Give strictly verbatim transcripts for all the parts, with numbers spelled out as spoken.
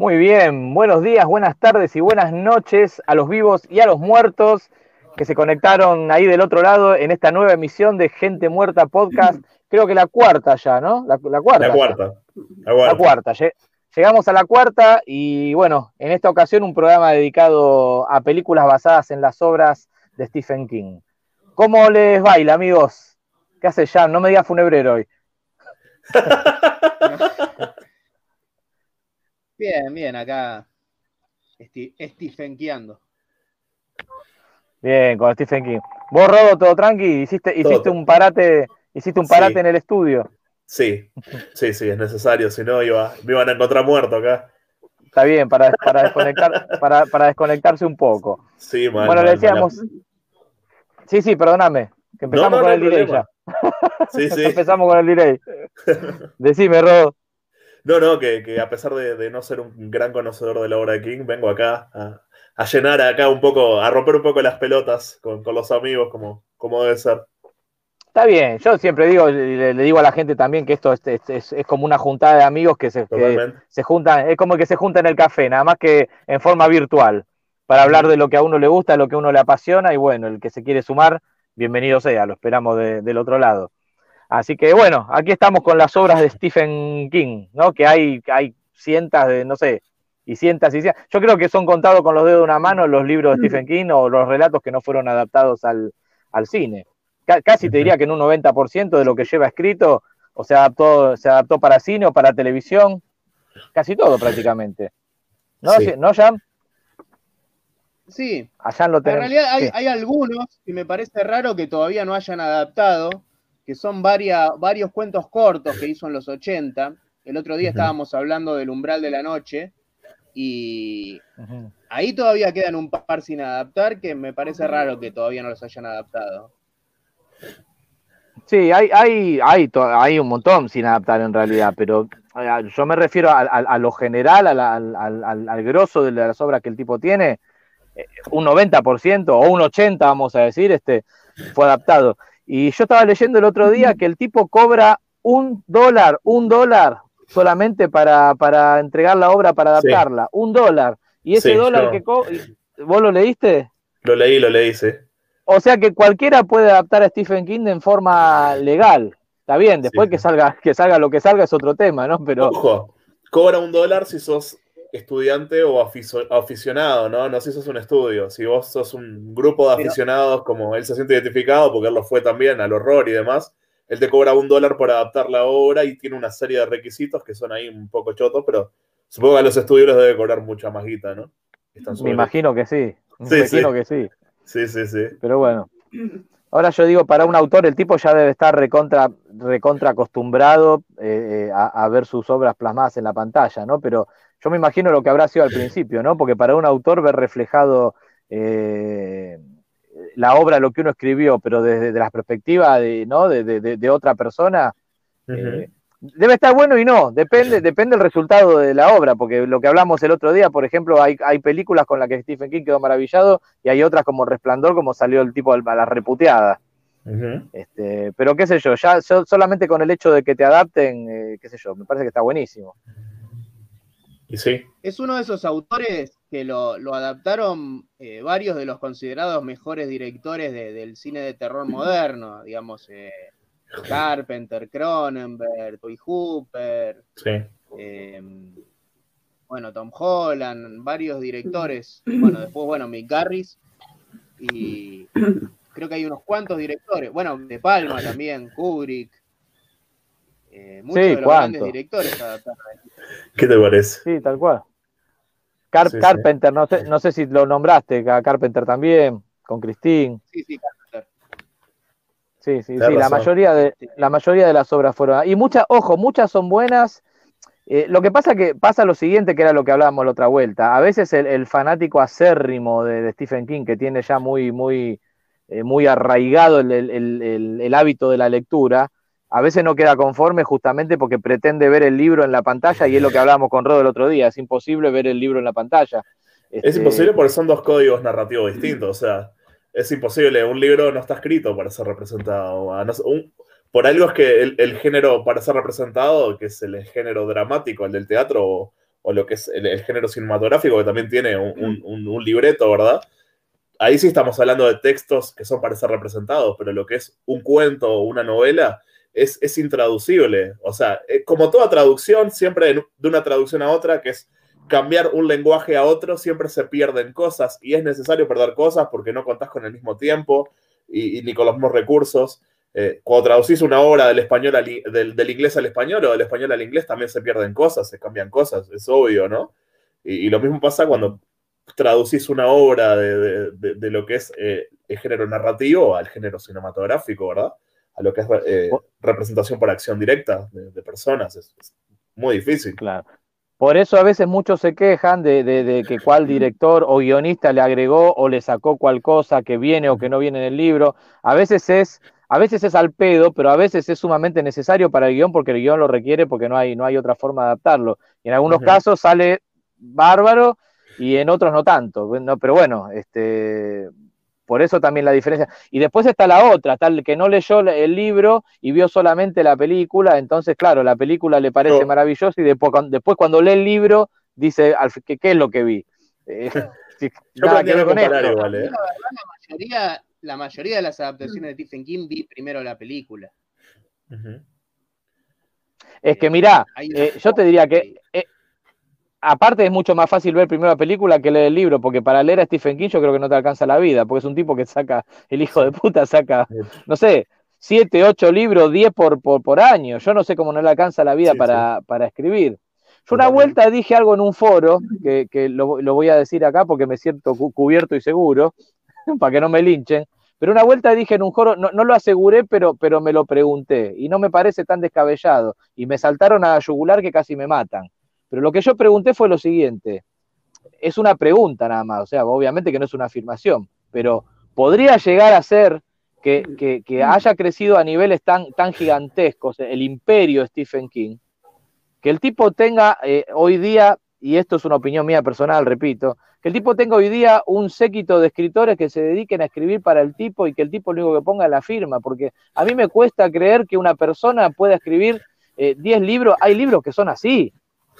Muy bien, buenos días, buenas tardes y buenas noches a los vivos y a los muertos que se conectaron ahí del otro lado en esta nueva emisión de Gente Muerta Podcast. Creo que la cuarta ya, ¿no? La, la La cuarta ya. cuarta, la La cuarta. cuarta. Llegamos a la cuarta y bueno, en esta ocasión un programa dedicado a películas basadas en las obras de Stephen King. ¿Cómo les baila, amigos? ¿Qué hace Jan? No me digas funebrero hoy. Bien, bien, acá esti Stephenkeando. Bien, con Stephen King. ¿Vos, Rodo, todo tranqui? ¿Hiciste, hiciste Todo. un parate, hiciste un parate Sí, en el estudio? sí, sí, sí, es necesario, si no iba, me iban a encontrar muerto acá. Está bien, para, para, desconectar, para, para desconectarse un poco. Sí, mal, Bueno, le mal, mal. decíamos... Sí, sí, perdóname, que No, empezamos no, con no hay el delay ya. problema. Sí, sí. Empezamos con el delay. Decime, Rodo. No, no, que, que a pesar de, de no ser un gran conocedor de la obra de King, vengo acá a, a llenar acá un poco, a romper un poco las pelotas con, con los amigos, como, como debe ser. Está bien, yo siempre digo, le, le digo a la gente también que esto es, es, es, es como una juntada de amigos que se, que Totalmente. se juntan, es como que se juntan en el café, nada más que en forma virtual, para hablar Ujú. de lo que a uno le gusta, lo que a uno le apasiona, y bueno, el que se quiere sumar, bienvenido sea, lo esperamos de, del otro lado. Así que bueno, aquí estamos con las obras de Stephen King, ¿no? Que hay, hay cientos de, no sé, y cientos y cientos. Yo creo que son contados con los dedos de una mano los libros de Stephen King o los relatos que no fueron adaptados al, al cine. C casi te Ujú. diría que en un noventa por ciento de lo que lleva escrito o se adaptó, se adaptó para cine o para televisión, casi todo prácticamente. ¿No, Sí. ¿No, Jan? Sí, A Jan lo en tenemos. realidad hay, Sí. hay algunos que me parece raro que todavía no hayan adaptado, que son varia, varios cuentos cortos que hizo en los ochenta. El otro día Ujú. estábamos hablando del Umbral de la Noche y Uh-huh. ahí todavía quedan un par sin adaptar que me parece raro que todavía no los hayan adaptado. Sí, hay, hay, hay, hay un montón sin adaptar en realidad, pero yo me refiero a, a, a lo general, a la, al, al, al grosso de las obras que el tipo tiene, un noventa por ciento o un ochenta por ciento, vamos a decir, este, fue adaptado. Y yo estaba leyendo el otro día que el tipo cobra un dólar, un dólar solamente para, para entregar la obra, para Sí, adaptarla, un dólar. Y ese sí, dólar que yo co ¿vos lo leíste? lo leí, lo leí, sí. O sea que cualquiera puede adaptar a Stephen King en forma legal. Está bien, Sí, después que sí. salga, que salga lo que salga es otro tema, ¿no? Pero Ojo, cobra un dólar si sos estudiante o aficio- aficionado, ¿no? No si sos un estudio. Si vos sos un grupo de Pero, aficionados, como él se siente identificado, porque él lo fue también al horror y demás, él te cobra un dólar por adaptar la obra y tiene una serie de requisitos que son ahí un poco chotos, pero supongo que a los estudios les debe cobrar mucha más guita, ¿no? Están me sobre hecho. imagino que sí, me Sí, sí, imagino que sí. sí, sí, sí. Pero bueno, ahora yo digo, para un autor el tipo ya debe estar recontra, recontra acostumbrado eh, a, a ver sus obras plasmadas en la pantalla, ¿no? Pero yo me imagino lo que habrá sido al principio, ¿no? Porque para un autor ver reflejado eh, la obra, lo que uno escribió, pero desde de la perspectiva de, ¿no? de, de, de otra persona, Ujú. eh, debe estar bueno y no, depende, depende del resultado de la obra, porque lo que hablamos el otro día, por ejemplo, hay, hay películas con las que Stephen King quedó maravillado y hay otras como Resplandor, como salió el tipo a la reputeada. Ujú. Este, pero qué sé yo, ya so, solamente con el hecho de que te adapten, eh, qué sé yo, me parece que está buenísimo. Y sí. es uno de esos autores que lo, lo adaptaron eh, varios de los considerados mejores directores de, del cine de terror moderno, digamos, eh, Carpenter, Cronenberg, Tobe Hooper, Sí. eh, bueno, Tom Holland, varios directores, bueno, después, bueno, Mick Garris, y creo que hay unos cuantos directores, bueno, De Palma también, Kubrick, eh, muchos Sí, de los grandes cuánto. directores adaptaron. ¿Qué te parece? Sí, tal cual. Car Sí, sí. Carpenter, no sé, no sé si lo nombraste, a Carpenter también, con Christine. Sí, sí, Carpenter. Sí, sí, Tienes sí, la razón. mayoría de, la mayoría de las obras fueron. Y muchas, ojo, muchas son buenas. Eh, lo que pasa que pasa lo siguiente, que era lo que hablábamos la otra vuelta. A veces el, el fanático acérrimo de, de, Stephen King, que tiene ya muy, muy, eh, muy arraigado el, el, el, el, hábito de la lectura, a veces no queda conforme justamente porque pretende ver el libro en la pantalla, y es lo que hablábamos con Rodo el otro día, es imposible ver el libro en la pantalla. Es Este, imposible porque son dos códigos narrativos distintos. O sea, es imposible. Un libro no está escrito para ser representado. A no ser- un- por algo es que el, el género para ser representado, que es el género dramático, el del teatro o, o lo que es el, el género cinematográfico, que también tiene un, un, un libreto, ¿verdad? Ahí sí estamos hablando de textos que son para ser representados, pero lo que es un cuento o una novela es, es intraducible. O sea, como toda traducción, siempre de una traducción a otra, que es cambiar un lenguaje a otro, siempre se pierden cosas y es necesario perder cosas porque no contás con el mismo tiempo y, y ni con los mismos recursos. Eh, cuando traducís una obra del, español al, del, del inglés al español o del español al inglés, también se pierden cosas, se cambian cosas, es obvio, ¿no? Y, y lo mismo pasa cuando traducís una obra de, de, de, de lo que es eh, el género narrativo al género cinematográfico, ¿verdad? A lo que es eh, representación por acción directa de, de personas. Es, es muy difícil. Claro. Por eso a veces muchos se quejan de, de, de que cuál director o guionista le agregó o le sacó cual cosa que viene o que no viene en el libro. A veces es, a veces es al pedo, pero a veces es sumamente necesario para el guión porque el guión lo requiere, porque no hay, no hay otra forma de adaptarlo. Y en algunos uh-huh. casos sale bárbaro y en otros no tanto. No, pero bueno, este... por eso también la diferencia. Y después está la otra, está el que no leyó el libro y vio solamente la película, entonces, claro, la película le parece no. maravillosa y después, después cuando lee el libro dice, ¿qué, qué es lo que vi? Eh, Yo nada que ver con esto. Igual, ¿eh? La verdad, la mayoría, la mayoría de las adaptaciones de Stephen King vi primero la película. Uh-huh. Es que mirá, eh, yo te diría que... Eh, aparte es mucho más fácil ver primero la película que leer el libro, porque para leer a Stephen King yo creo que no te alcanza la vida, porque es un tipo que saca, el hijo de puta saca, no sé, siete, ocho libros, diez por, por, por año. Yo no sé cómo no le alcanza la vida sí, para, sí. para escribir. Yo una vuelta dije algo en un foro, que, que lo, lo voy a decir acá porque me siento cu cubierto y seguro, para que no me linchen, pero una vuelta dije en un foro, no, no lo aseguré, pero, pero me lo pregunté, y no me parece tan descabellado, y me saltaron a la yugular que casi me matan. Pero lo que yo pregunté fue lo siguiente, es una pregunta nada más, o sea, obviamente que no es una afirmación, pero ¿podría llegar a ser que, que, que haya crecido a niveles tan, tan gigantescos el imperio Stephen King, que el tipo tenga eh, hoy día, y esto es una opinión mía personal, repito, que el tipo tenga hoy día un séquito de escritores que se dediquen a escribir para el tipo y que el tipo lo único que ponga es la firma, porque a mí me cuesta creer que una persona pueda escribir eh, diez libros, hay libros que son así,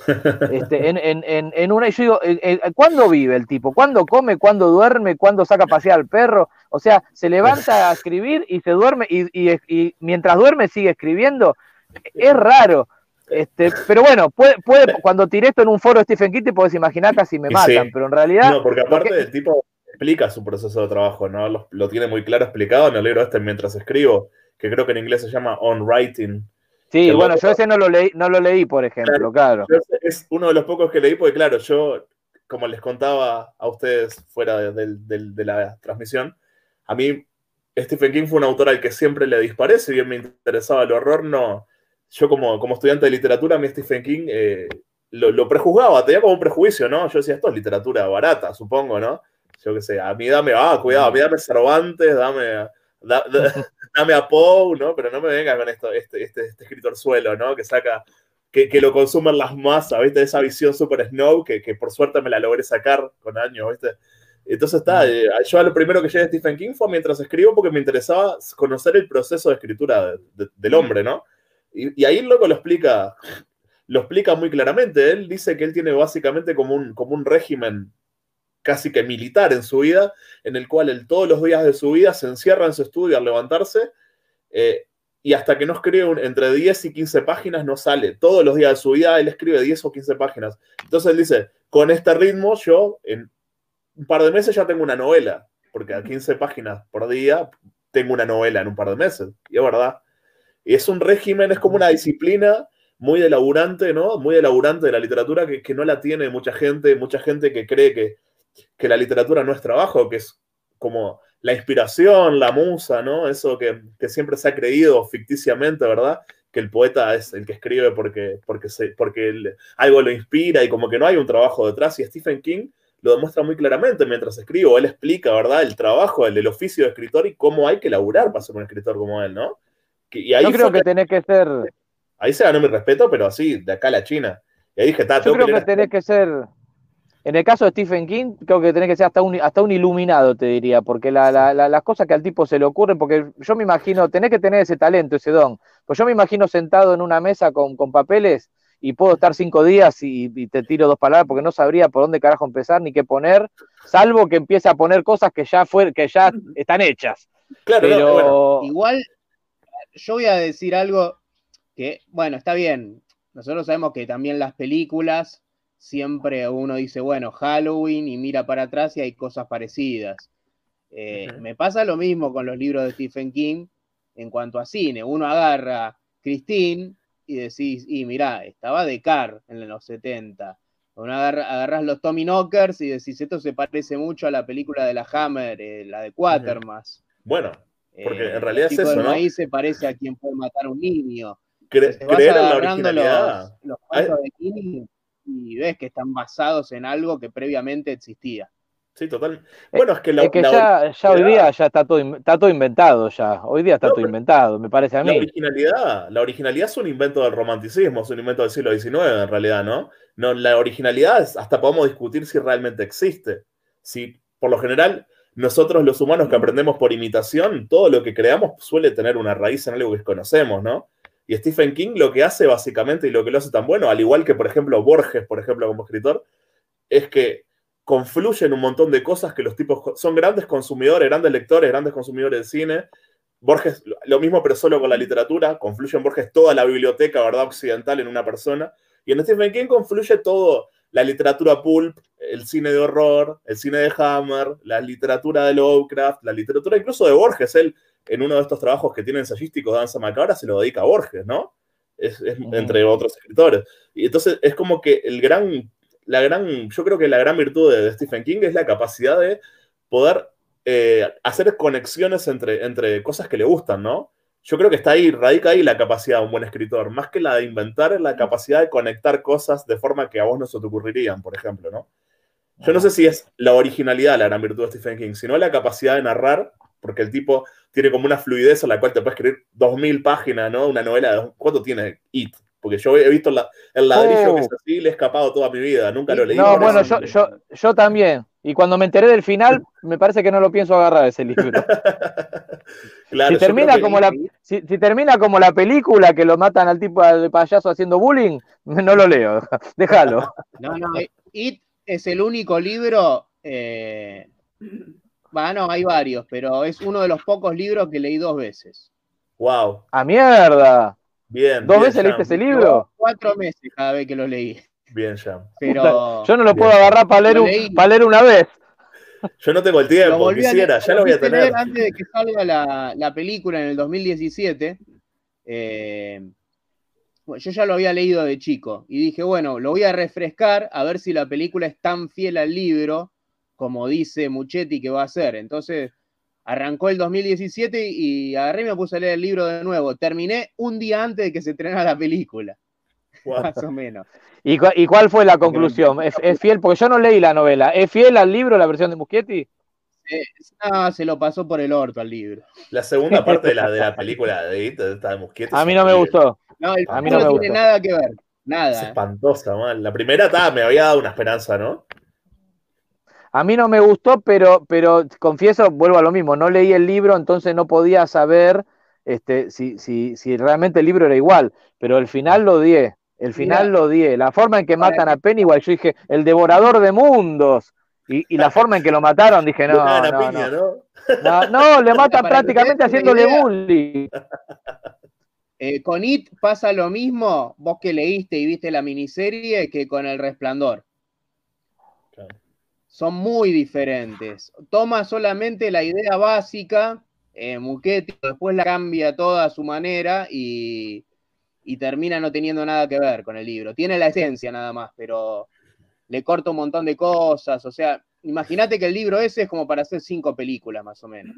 Este, en, en, en, en una, yo digo, ¿cuándo vive el tipo? ¿Cuándo come? ¿Cuándo duerme? ¿Cuándo saca a pasear al perro? O sea, se levanta a escribir y se duerme y, y, y mientras duerme sigue escribiendo. Es raro. Este, pero bueno, puede, puede, cuando tiré esto en un foro de Stephen King te podés imaginar casi me matan, sí. Pero en realidad... No, porque aparte porque... el tipo explica su proceso de trabajo, ¿no? Lo, lo tiene muy claro explicado en el libro este Mientras escribo, que creo que en inglés se llama On Writing. Sí, bueno, yo ese no lo leí, no lo leí, por ejemplo, claro. claro. Es uno de los pocos que leí, porque claro, yo, como les contaba a ustedes fuera de, de, de, de la transmisión, a mí Stephen King fue un autor al que siempre le disparé, si bien me interesaba el horror, no. Yo como, como estudiante de literatura, a mí Stephen King eh, lo, lo prejuzgaba, tenía como un prejuicio, ¿no? Yo decía, esto es literatura barata, supongo, ¿no? Yo qué sé, a mí dame, ah, cuidado, a mí dame Cervantes, dame... Da, da, dame a Poe, ¿no? Pero no me venga con esto, este, este, este escritor suelo, ¿no? Que saca, que, que lo consumen las masas, ¿viste? Esa visión super Snow, que, que por suerte me la logré sacar con años, ¿viste? Entonces está, eh, yo a lo primero que llegué a Stephen King fue mientras escribo porque me interesaba conocer el proceso de escritura de, de, del hombre, ¿no? Y, y ahí el loco lo explica, lo explica muy claramente. Él dice que él tiene básicamente como un, como un régimen casi que militar en su vida, en el cual él todos los días de su vida se encierra en su estudio al levantarse eh, y hasta que no escribe un, entre diez y quince páginas no sale. Todos los días de su vida él escribe diez o quince páginas. Entonces él dice, con este ritmo yo en un par de meses ya tengo una novela, porque a quince páginas por día tengo una novela en un par de meses. Y es verdad. Y es un régimen, es como una disciplina muy de laburante, ¿no? Muy de laburante de la literatura que, que no la tiene mucha gente, mucha gente que cree que que la literatura no es trabajo, que es como la inspiración, la musa, ¿no? Eso que, que siempre se ha creído ficticiamente, ¿verdad? Que el poeta es el que escribe porque, porque, se, porque el, algo lo inspira y como que no hay un trabajo detrás. Y Stephen King lo demuestra muy claramente mientras escribo. Él explica, ¿verdad? El trabajo, el, el oficio de escritor y cómo hay que laburar para ser un escritor como él, ¿no? Y ahí Yo creo que que, tenés que ser... Ahí se ganó mi respeto, pero así, de acá a la China. Y ahí dije, está, Yo creo que, que que tenés que ser... En el caso de Stephen King, creo que tenés que ser hasta un, hasta un iluminado, te diría, porque la, la, la, las cosas que al tipo se le ocurren, porque yo me imagino, tenés que tener ese talento, ese don, pues yo me imagino sentado en una mesa con, con papeles y puedo estar cinco días y, y te tiro dos palabras porque no sabría por dónde carajo empezar ni qué poner, salvo que empiece a poner cosas que ya fue, que ya están hechas. Claro, Pero no, bueno. Igual, yo voy a decir algo que, bueno, está bien. Nosotros sabemos que también las películas, siempre uno dice, bueno, Halloween, y mira para atrás y hay cosas parecidas. Eh, uh-huh. Me pasa lo mismo con los libros de Stephen King en cuanto a cine. Uno agarra Christine y decís, y mirá, estaba de Car en los setenta. Uno agarra, agarrás los Tommy Knockers y decís, esto se parece mucho a la película de la Hammer, eh, la de Quatermass. Uh-huh. Bueno, porque eh, en realidad el es eso, del ¿no? maíz se parece a quien puede matar a un niño. Cre Entonces, vas creer en la agarrando originalidad. los, los cuentos de King y ves que están basados en algo que previamente existía. Sí, total. Bueno, es que la, es que la ya, ya hoy día ya está todo, está todo inventado ya. Hoy día está no, todo inventado, me parece a mí. La originalidad, la originalidad es un invento del romanticismo, es un invento del siglo diecinueve en realidad, ¿no? No, la originalidad es, hasta podemos discutir si realmente existe. Si, por lo general, nosotros los humanos que aprendemos por imitación, todo lo que creamos suele tener una raíz en algo que conocemos, ¿no? Y Stephen King lo que hace básicamente, y lo que lo hace tan bueno, al igual que, por ejemplo, Borges, por ejemplo, como escritor, es que confluyen un montón de cosas que los tipos son grandes consumidores, grandes lectores, grandes consumidores de cine. Borges, lo mismo, pero solo con la literatura. Confluye en Borges toda la biblioteca, ¿verdad?, occidental en una persona. Y en Stephen King confluye todo, la literatura pulp, el cine de horror, el cine de Hammer, la literatura de Lovecraft, la literatura incluso de Borges. Él, en uno de estos trabajos que tiene ensayísticos de Danza Macabra, se lo dedica a Borges, ¿no? Es, es, uh-huh. Entre otros escritores. Y entonces es como que el gran... La gran, yo creo que la gran virtud de, de Stephen King es la capacidad de poder eh, hacer conexiones entre, entre cosas que le gustan, ¿no? Yo creo que está ahí, radica ahí la capacidad de un buen escritor, más que la de inventar, es la capacidad de conectar cosas de forma que a vos no se te ocurrirían, por ejemplo, ¿no? Yo no sé si es la originalidad la gran virtud de Stephen King, sino la capacidad de narrar, porque el tipo tiene como una fluidez en la cual te puede escribir dos mil páginas, ¿no? Una novela de... ¿Cuánto tiene It? Porque yo he visto la, el ladrillo oh. que es así, le he escapado toda mi vida, nunca lo leí. No, bueno, yo, yo, yo también. Y cuando me enteré del final, me parece que no lo pienso agarrar ese libro. Claro, si, termina como la, si, si termina como la película que lo matan al tipo de payaso haciendo bullying, no lo leo. Déjalo. No, no, It es el único libro. Eh, bueno, hay varios, pero es uno de los pocos libros que leí dos veces. ¡Wow! ¡A mierda! Bien. ¿Dos bien, veces Jam. leíste ese libro? Cuatro meses cada vez que lo leí. Bien, Jam. Pero yo no lo bien. puedo agarrar para leer, un, para leer una vez. Yo no tengo el tiempo, lo quisiera, a, ya lo voy a tener. Antes de que salga la, la película en el dos mil diecisiete, eh, bueno, yo ya lo había leído de chico y dije, bueno, lo voy a refrescar a ver si la película es tan fiel al libro como dice Muchetti que va a ser. Entonces arrancó el dos mil diecisiete y agarré y me puse a leer el libro de nuevo. Terminé un día antes de que se estrenara la película. Wow. Más o menos. ¿Y, cu ¿Y cuál fue la conclusión? ¿Es, ¿Es fiel? Porque yo no leí la novela. ¿Es fiel al libro la versión de Muschietti? Eh, no, se lo pasó por el orto al libro. La segunda parte de la, de la película de It, esta de Muschietti. A mí no me gustó. No, el a mí no, no me tiene gustó. nada que ver. Nada. Es espantosa, man. La primera ta, me había dado una esperanza, ¿no? A mí no me gustó, pero, pero confieso, vuelvo a lo mismo, no leí el libro, entonces no podía saber este, si, si, si realmente el libro era igual, pero el final lo odié, el final Mira, lo odié, la forma en que matan a Pennywise, yo dije, el devorador de mundos, y, y la forma en que lo mataron, dije, no, no, piña, no, no, no, le matan prácticamente haciéndole bullying. Eh, con It pasa lo mismo, vos que leíste y viste la miniserie, que con El Resplandor. Claro. Son muy diferentes. Toma solamente la idea básica, eh, Muchetti, después la cambia toda a su manera y, y termina no teniendo nada que ver con el libro. Tiene la esencia nada más, pero le corta un montón de cosas. O sea, imagínate que el libro ese es como para hacer cinco películas más o menos.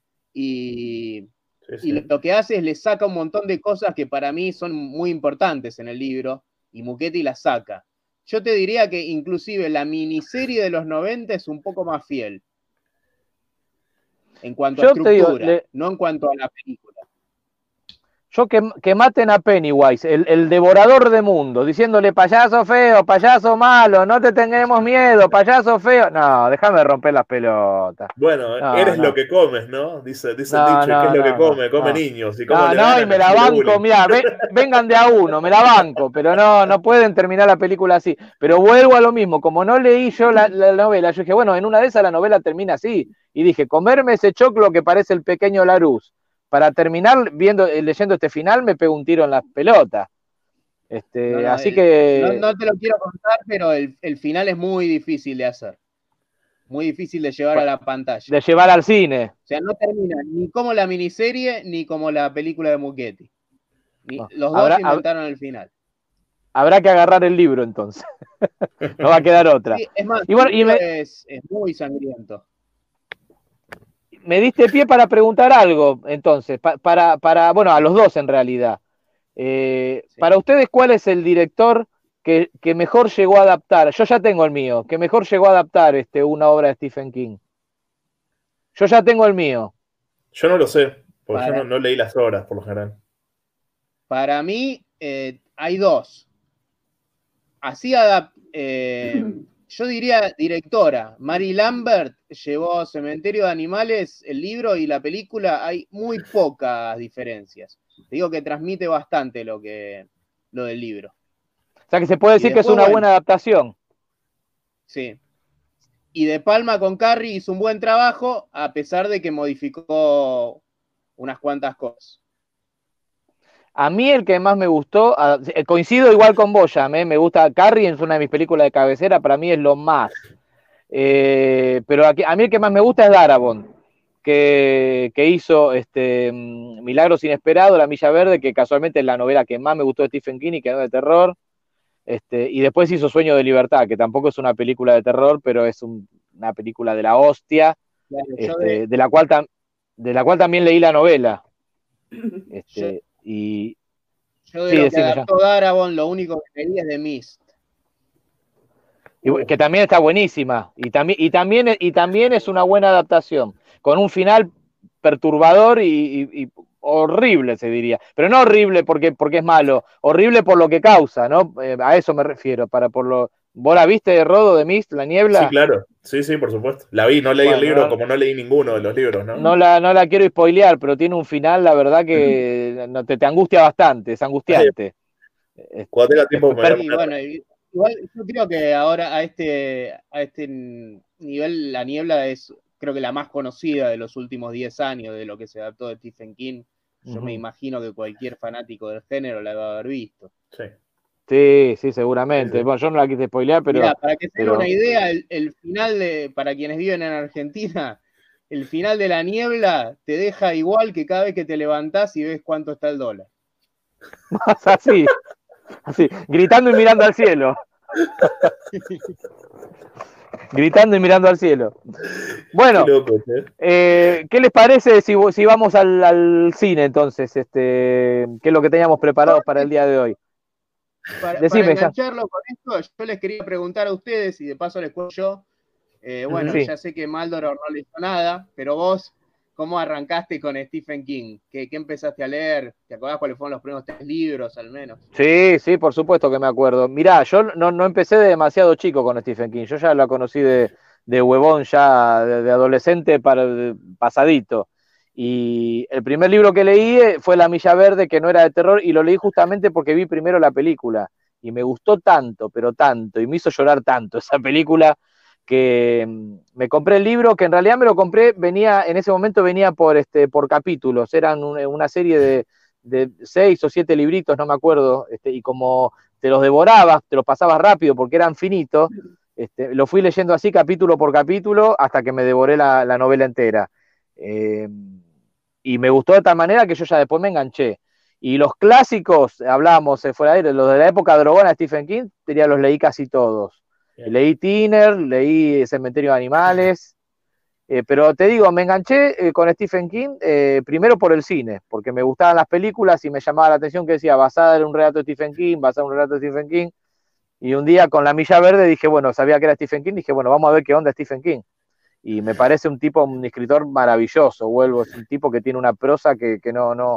Y, sí, sí. y lo que hace es le saca un montón de cosas que para mí son muy importantes en el libro y Muchetti las saca. Yo te diría que inclusive la miniserie de los noventa es un poco más fiel. En cuanto Yo a estructura, digo, le... no en cuanto a la película. Yo que, que maten a Pennywise, el, el devorador de mundos, diciéndole payaso feo, payaso malo, no te tengamos miedo, payaso feo. No, déjame romper las pelotas. Bueno, No, eres no. lo que comes, ¿no? Dice, dice No, el dicho, no, ¿qué es lo no, que no, come? Come no. niños. ¿Y cómo No, le no, ganan y me a la hacerle banco, bullying? mirá, ve, vengan de a uno, me la banco, pero no, no pueden terminar la película así. Pero vuelvo a lo mismo, como no leí yo la, la novela, yo dije, bueno, en una de esas la novela termina así. Y dije, comerme ese choclo que parece el pequeño Larus, para terminar viendo, leyendo este final, me pego un tiro en las pelotas. Este, No, no, así el- que... no, no te lo quiero contar, pero el, el final es muy difícil de hacer. Muy difícil de llevar a la pantalla. De llevar al cine. O sea, no termina ni como la miniserie ni como la película de Muschietti. Ni, No. los Habrá, dos inventaron el final. habrá que agarrar el libro entonces. No va a quedar otra. Sí, es más, Y bueno, el y libro me, es, es muy sangriento. me diste pie para preguntar algo, entonces, pa, para, para, bueno, a los dos en realidad. Eh, Sí. Para ustedes, ¿cuál es el director que, que mejor llegó a adaptar? Yo ya tengo el mío, que mejor llegó a adaptar este, una obra de Stephen King. Yo ya tengo el mío. Yo no lo sé, porque Para, yo no, no leí las obras, por lo general. para mí, eh, hay dos. Así adap eh, yo diría directora. Mary Lambert llevó Cementerio de Animales, el libro y la película. Hay muy pocas diferencias. Te digo que transmite bastante lo, que, lo del libro. O sea que se puede decir después, que es una bueno, buena adaptación. Sí. Y De Palma con Carrie hizo un buen trabajo, a pesar de que modificó unas cuantas cosas. A mí el que más me gustó, coincido igual con vos, ya, me, me gusta Carrie, es una de mis películas de cabecera, para mí es lo más. Eh, pero aquí, a mí el que más me gusta es Darabont, que, que hizo este, Milagros Inesperados, La Milla Verde, que casualmente es la novela que más me gustó de Stephen King y que no de terror. Este, y después hizo Sueño de Libertad, que tampoco es una película de terror, pero es un, una película de la hostia, Claro, este, de, de, la cual tam, de la cual también leí la novela. Este, yo, y yo de sí, lo que decime adaptó ya. Darabont, lo único que leí es de Mist. Y, que también está buenísima. Y también, y, también, y también es una buena adaptación. Con un final perturbador y, y, y horrible, se diría. Pero no horrible porque, porque es malo, horrible por lo que causa, ¿no? Eh, a eso me refiero. Para por lo... ¿Vos la viste de Rodo, de Mist, La Sí, Niebla? claro. Sí, sí, por supuesto. La vi, no leí el Bueno, libro no, como no leí ninguno de los libros, ¿no? no, la, no la quiero spoilear, pero tiene un final, la verdad, que no, te, te angustia bastante, es angustiante. Cuando tenga tiempo me voy a Sí, poner. bueno, igual yo creo que ahora a este, a este nivel La Niebla es, creo que la más conocida de los últimos diez años de lo que se adaptó de Stephen King. Yo uh-huh. me imagino que cualquier fanático del género la va a haber visto. Sí. Sí, sí, seguramente. Sí, sí. Bueno, yo no la quise spoilear, pero... Mirá, para que se pero... den una idea, el, el final de, para quienes viven en Argentina, el final de La Niebla te deja igual que cada vez que te levantás y ves cuánto está el dólar. Más así, así, gritando y mirando al cielo. Gritando y mirando al cielo. Bueno, Qué loco, ¿eh? Eh, ¿qué les parece si, si vamos al, al cine entonces? Este, ¿qué es lo que teníamos preparado para el día de hoy? Para, Decime, para engancharlo ya. Con esto, yo les quería preguntar a ustedes, y de paso les cuento yo, eh, bueno, sí. Ya sé que Maldoror no le hizo nada, pero vos, ¿cómo arrancaste con Stephen King? ¿Qué, qué empezaste a leer? ¿Te acordás cuáles fueron los primeros tres libros, al menos? Sí, sí, por supuesto que me acuerdo. Mirá, yo no, no empecé de demasiado chico con Stephen King, yo ya la conocí de, de huevón, ya de, de adolescente para, de, pasadito. Y el primer libro que leí fue La Milla Verde, que no era de terror, y lo leí justamente porque vi primero la película. Y me gustó tanto, pero tanto, y me hizo llorar tanto esa película, que me compré el libro, que en realidad me lo compré, venía, en ese momento venía por, este, por capítulos, eran una serie de, de seis o siete libritos, no me acuerdo, este, y como te los devorabas, te los pasabas rápido porque eran finitos, este, lo fui leyendo así capítulo por capítulo hasta que me devoré la, la novela entera. Eh, y me gustó de tal manera que yo ya después me enganché. Y los clásicos, hablábamos eh, fuera de aire, los de la época drogona de Stephen King, ya los leí casi todos. Bien. Leí Tiner, leí Cementerio de Animales, eh, pero te digo, me enganché eh, con Stephen King eh, primero por el cine, porque me gustaban las películas y me llamaba la atención que decía basada en un relato de Stephen King, basada en un relato de Stephen King. Y un día con La Milla Verde dije, bueno, sabía que era Stephen King, dije, bueno, vamos a ver qué onda Stephen King. Y me parece un tipo, un escritor maravilloso, vuelvo, es un tipo que tiene una prosa que, que no, no,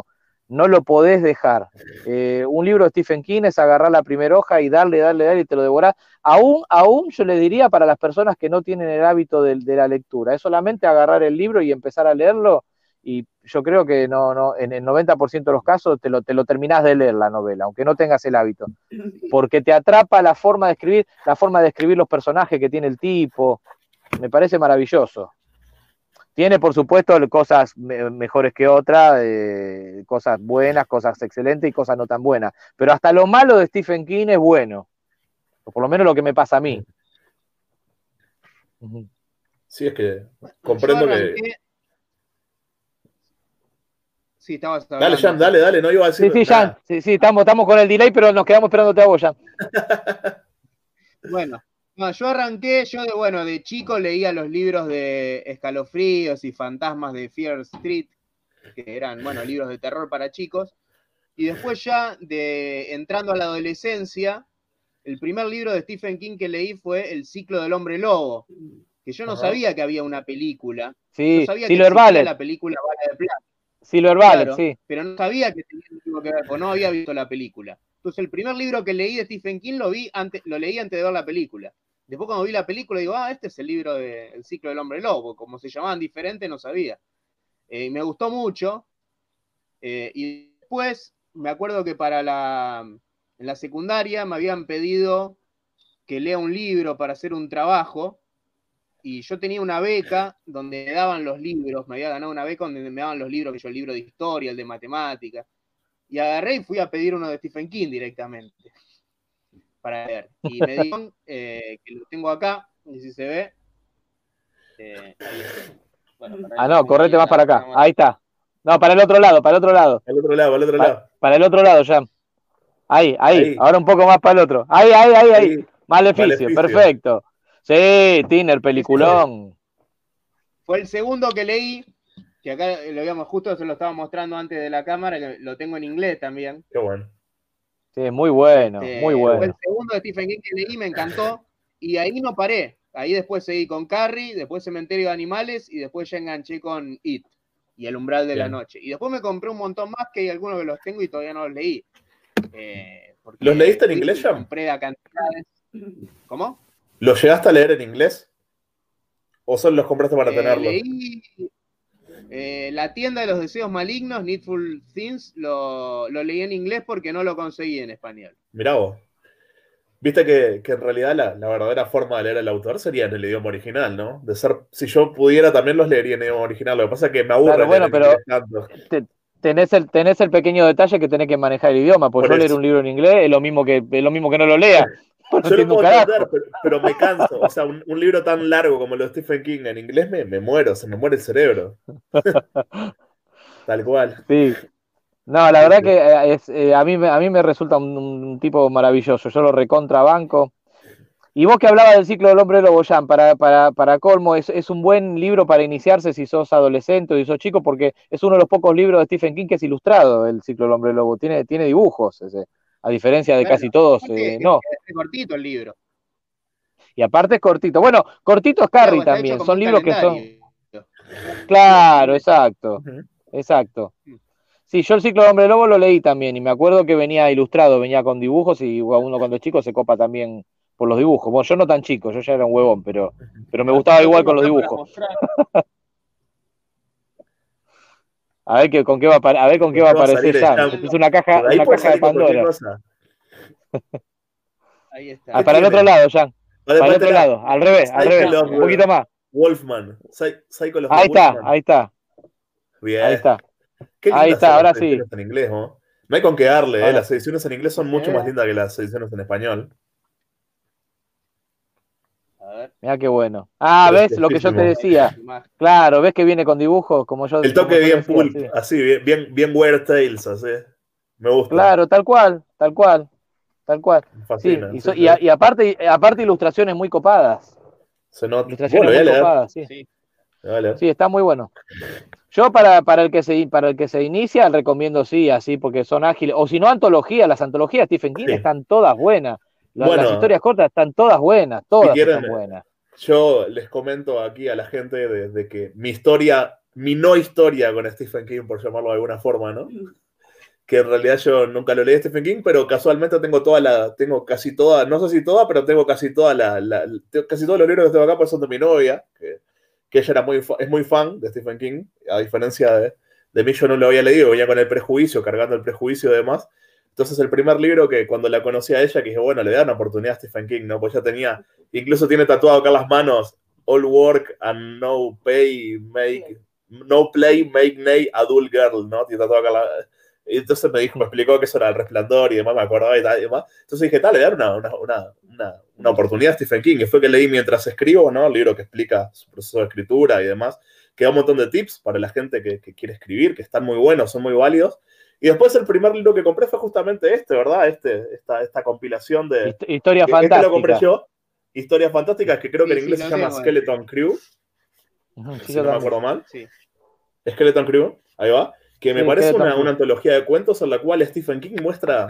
no lo podés dejar. Eh, un libro de Stephen King es agarrar la primera hoja y darle, darle, darle y te lo devorás. Aún, aún yo le diría para las personas que no tienen el hábito de, de la lectura, es solamente agarrar el libro y empezar a leerlo, y yo creo que no, no, en el noventa por ciento de los casos te lo, te lo terminás de leer la novela, aunque no tengas el hábito, porque te atrapa la forma de escribir, la forma de escribir los personajes que tiene el tipo, me parece maravilloso. Tiene, por supuesto, cosas me mejores que otras, eh, cosas buenas, cosas excelentes y cosas no tan buenas, pero hasta lo malo de Stephen King es bueno, o por lo menos lo que me pasa a mí. Sí, es que comprendo que... Sí, estabas hablando. Dale, Jan, dale, dale, no iba a decir Sí, sí, nada. Jan, sí, sí, estamos, estamos con el delay, pero nos quedamos esperándote a vos, Jan. Bueno, no, yo arranqué, yo de, bueno, de chico leía los libros de Escalofríos y Fantasmas de Fear Street, que eran, bueno, libros de terror para chicos, y después ya, de entrando a la adolescencia, el primer libro de Stephen King que leí fue El ciclo del hombre lobo, que yo no Ajá. sabía que había una película, Sí, yo sabía Silver que existía Bullet. la película Bala de Plata. Silver Bullet, Claro, sí. pero no sabía que tenía algo que ver, o no había visto la película. Entonces, el primer libro que leí de Stephen King lo vi antes, lo leí antes de ver la película. Después, cuando vi la película, digo, ah, este es el libro de El ciclo del hombre lobo. Como se llamaban diferente, no sabía. Eh, me gustó mucho. Eh, y después, me acuerdo que para la, en la secundaria me habían pedido que lea un libro para hacer un trabajo. Y yo tenía una beca donde me daban los libros, me había ganado una beca donde me daban los libros, que yo el libro de historia, el de matemáticas, y agarré y fui a pedir uno de Stephen King directamente para leer. Y me dieron, eh, que lo tengo acá, no sé si se ve. Eh, ahí está. Bueno, ah, no, correte más para acá, ahí está. No, para el otro lado, para el otro lado. Al otro lado, al otro para, lado. Para el otro lado, ya. Ahí, ahí, ahí, ahora un poco más para el otro. Ahí, ahí, ahí, ahí. ahí. Maleficio, Maleficio, perfecto. Sí, Tiner, peliculón. Fue el segundo que leí, que acá lo habíamos justo, se lo estaba mostrando antes de la cámara, que lo tengo en inglés también. Qué bueno. Sí, muy bueno, este, muy bueno. Fue el segundo de Stephen King que leí, me encantó, y ahí no paré. Ahí después seguí con Carrie, después Cementerio de Animales, y después ya enganché con It, y El Umbral de Bien. la Noche. Y después me compré un montón más, que hay algunos que los tengo y todavía no los leí. Eh, ¿Los leíste en inglés, ya? Compré a cantidades. ¿Cómo? ¿Los llegaste a leer en inglés? ¿O solo los compraste para eh, tenerlos? Leí eh, La tienda de los deseos malignos, Needful Things, lo, lo leí en inglés porque no lo conseguí en español. Mirá vos. Viste que, que en realidad la, la verdadera forma de leer al autor sería en el idioma original, ¿no? De ser, si yo pudiera también los leería en idioma original. Lo que pasa es que me aburre claro, bueno, leer pero en inglés tanto. Te, tenés, el, tenés el pequeño detalle que tenés que manejar el idioma, porque Por yo eso. leer un libro en inglés es lo mismo que, es lo mismo que no lo lea. No yo lo puedo un entender, pero, pero me canso. O sea, un, un libro tan largo como lo de Stephen King en inglés me, me muero, se me muere el cerebro. Tal cual. Sí. No, la verdad que es, eh, a, mí, a mí me resulta un, un tipo maravilloso. Yo lo recontrabanco. Y vos que hablabas del ciclo del hombre lobo, Jan, para, para, para colmo, es, es un buen libro para iniciarse si sos adolescente o si sos chico, porque es uno de los pocos libros de Stephen King que es ilustrado, el ciclo del hombre lobo. Tiene, tiene dibujos, ese, a diferencia de bueno, casi todos, eh, es, no. Es cortito el libro. Y aparte es cortito. Bueno, cortito es Carrie también. Son libros que son... Claro, exacto. Uh-huh. Exacto. Sí, yo el ciclo del hombre lobo lo leí también y me acuerdo que venía ilustrado, venía con dibujos y uno cuando es chico se copa también por los dibujos. Bueno, yo no tan chico, yo ya era un huevón, pero, pero me gustaba igual con los dibujos. A ver, que, con qué va a, a, ver con qué va a aparecer ya. Es una caja, una caja de Pandora. Ahí está. Ah, para el otro lado, Jan. Para el otro lado, al revés, al revés, un poquito más. Wolfman. Psycho ahí está, ahí está. Bien. Ahí está. Qué ahí está, ahora sí. En inglés, ¿no? No hay con qué darle, ¿eh? Las ediciones en inglés son mucho más lindas que las ediciones en español. A ver. Mirá qué bueno. Ah, pero ¿ves? Lo que yo te decía. Claro, ¿ves que viene con dibujos? Como yo, el toque como bien decía, pulp, sí. así, bien, bien, bien Weird Tales, así. Me gusta. Claro, tal cual, tal cual. Tal cual. Me fascina, sí, y, sí, so, sí. Y, a, y aparte, aparte ilustraciones muy copadas. Se nota. Ilustraciones muy copadas, sí. Sí. Vale. Sí, está muy bueno. Yo para, para, el que se, para el que se inicia recomiendo sí, así, porque son ágiles. O si no, antologías. Las antologías de Stephen King sí. están todas buenas. Las, bueno, las historias cortas están todas buenas. Todas si quieren, están buenas. Yo les comento aquí a la gente de, de que mi historia, mi no historia con Stephen King, por llamarlo de alguna forma, ¿no? que en realidad yo nunca lo leí de Stephen King, pero casualmente tengo toda la, tengo casi toda, no sé si toda, pero tengo casi toda la, la casi todos los libros que tengo acá, pues son de mi novia, que, que ella era muy, es muy fan de Stephen King, a diferencia de, de mí, yo no lo había leído, venía con el prejuicio, cargando el prejuicio y demás. Entonces el primer libro que cuando la conocí a ella, que dije, bueno, le da una oportunidad a Stephen King, ¿no? Pues ya tenía, incluso tiene tatuado acá las manos, all work and no pay, make, no play, make nay, adult girl, ¿no? Tiene tatuado acá la... Y entonces me dijo, me explicó que eso era El Resplandor y demás, me acordaba y tal y demás. Entonces dije, tal, le dar una, una, una, una, una oportunidad a Stephen King. Y fue que leí Mientras escribo, ¿no? El libro que explica su proceso de escritura y demás, que da un montón de tips para la gente que, que quiere escribir, que están muy buenos, son muy válidos. Y después el primer libro que compré fue justamente este, ¿verdad? Este, esta, esta compilación de... Historia que, fantástica. Este lo compré yo. Historias fantásticas, que creo Sí, que en sí, inglés lo se llama tengo, Skeleton Crew. Ujú, sí, Si yo no me también. acuerdo mal. Sí. Skeleton Crew, ahí va. Que me Sí, parece Skeleton una, Crew. una antología de cuentos en la cual Stephen King muestra...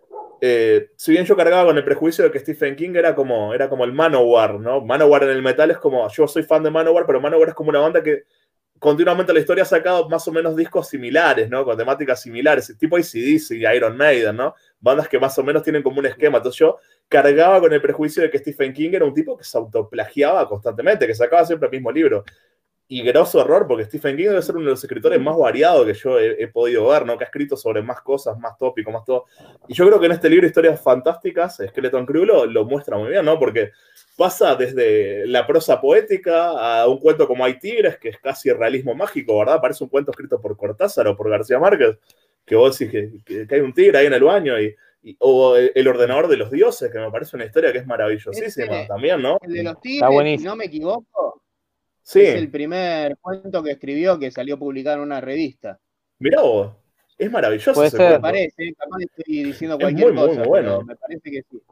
Eh, si bien yo cargaba con el prejuicio de que Stephen King era como, era como el Manowar, ¿no? Manowar en el metal es como... Yo soy fan de Manowar, pero Manowar es como una banda que continuamente la historia ha sacado más o menos discos similares, ¿no? Con temáticas similares, tipo A C D C y Iron Maiden, ¿no? Bandas que más o menos tienen como un esquema. Entonces yo cargaba con el prejuicio de que Stephen King era un tipo que se autoplagiaba constantemente, que sacaba siempre el mismo libro. Y grosso error, porque Stephen King debe ser uno de los escritores más variados que yo he, he podido ver, ¿no? Que ha escrito sobre más cosas, más tópicos, más todo. Y yo creo que en este libro, Historias Fantásticas, Skeleton Crew lo, lo muestra muy bien, ¿no? Porque pasa desde la prosa poética a un cuento como Hay Tigres, que es casi realismo mágico, ¿verdad? Parece un cuento escrito por Cortázar o por García Márquez, que vos decís que, que, que hay un tigre ahí en el baño, y, y, o El Ordenador de los Dioses, que me parece una historia que es maravillosísima Ese, también, ¿no? el de los Está tigres, si buenísimo. no me equivoco, Sí, es el primer cuento que escribió que salió publicado en una revista. mirá vos, es maravilloso Puede ese ser. Me cuento. parece, capaz estoy diciendo Es cualquier muy, muy, cosa, muy bueno. pero me parece que sí.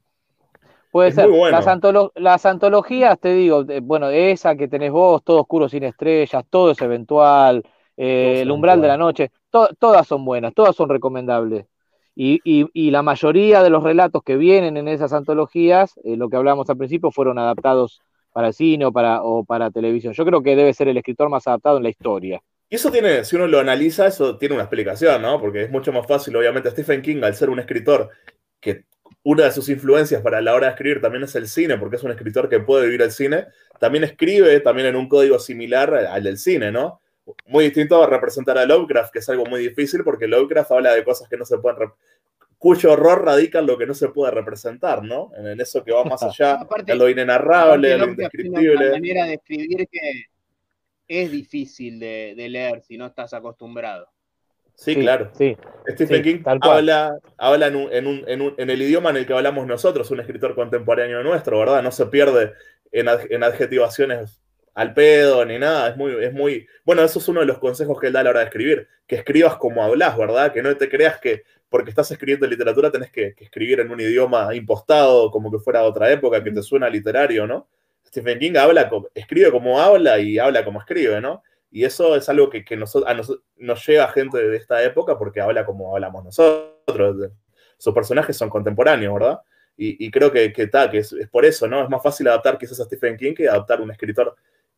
Puede Es ser. muy bueno. Las, antolo- las antologías, te digo, de- bueno, esa que tenés vos, Todo Oscuro sin Estrellas, Todo es Eventual, eh, Todo es El Umbral de la eventual. Noche, to- todas son buenas, todas son recomendables. Y, y- y la mayoría de los relatos que vienen en esas antologías, eh, lo que hablamos al principio, fueron adaptados para el cine o para, o para televisión. Yo creo que debe ser el escritor más adaptado en la historia. Y eso tiene, si uno lo analiza, eso tiene una explicación, ¿no? Porque es mucho más fácil, obviamente, Stephen King, al ser un escritor que una de sus influencias para la hora de escribir también es el cine, porque es un escritor que puede vivir el cine, también escribe también en un código similar al del cine, ¿no? Muy distinto a representar a Lovecraft, que es algo muy difícil, porque Lovecraft habla de cosas que no se pueden, cuyo horror radica en lo que no se puede representar, ¿no? En eso que va más allá, Aparte, en lo inenarrable, aparte en lo Lovecraft tiene una indescriptible. manera de escribir que es difícil de, de leer si no estás acostumbrado. Sí, Sí, claro. sí, Stephen sí, King tal cual. habla, habla en, un, en, un, en, un, en el idioma en el que hablamos nosotros, un escritor contemporáneo nuestro, ¿verdad? No se pierde en, ad, en adjetivaciones al pedo ni nada. Es muy, es muy. Bueno, eso es uno de los consejos que él da a la hora de escribir. Que escribas como hablas, ¿verdad? Que no te creas que porque estás escribiendo literatura tenés que, que escribir en un idioma impostado, como que fuera de otra época, que te suena literario, ¿no? Stephen King habla, escribe como habla y habla como escribe, ¿no? Y eso es algo que, que nos, a nos, nos llega a gente de esta época porque habla como hablamos nosotros. Sus personajes son contemporáneos, ¿verdad? Y, y creo que, que, ta, que es, es por eso, ¿no? Es más fácil adaptar quizás a Stephen King que adaptar a un escritor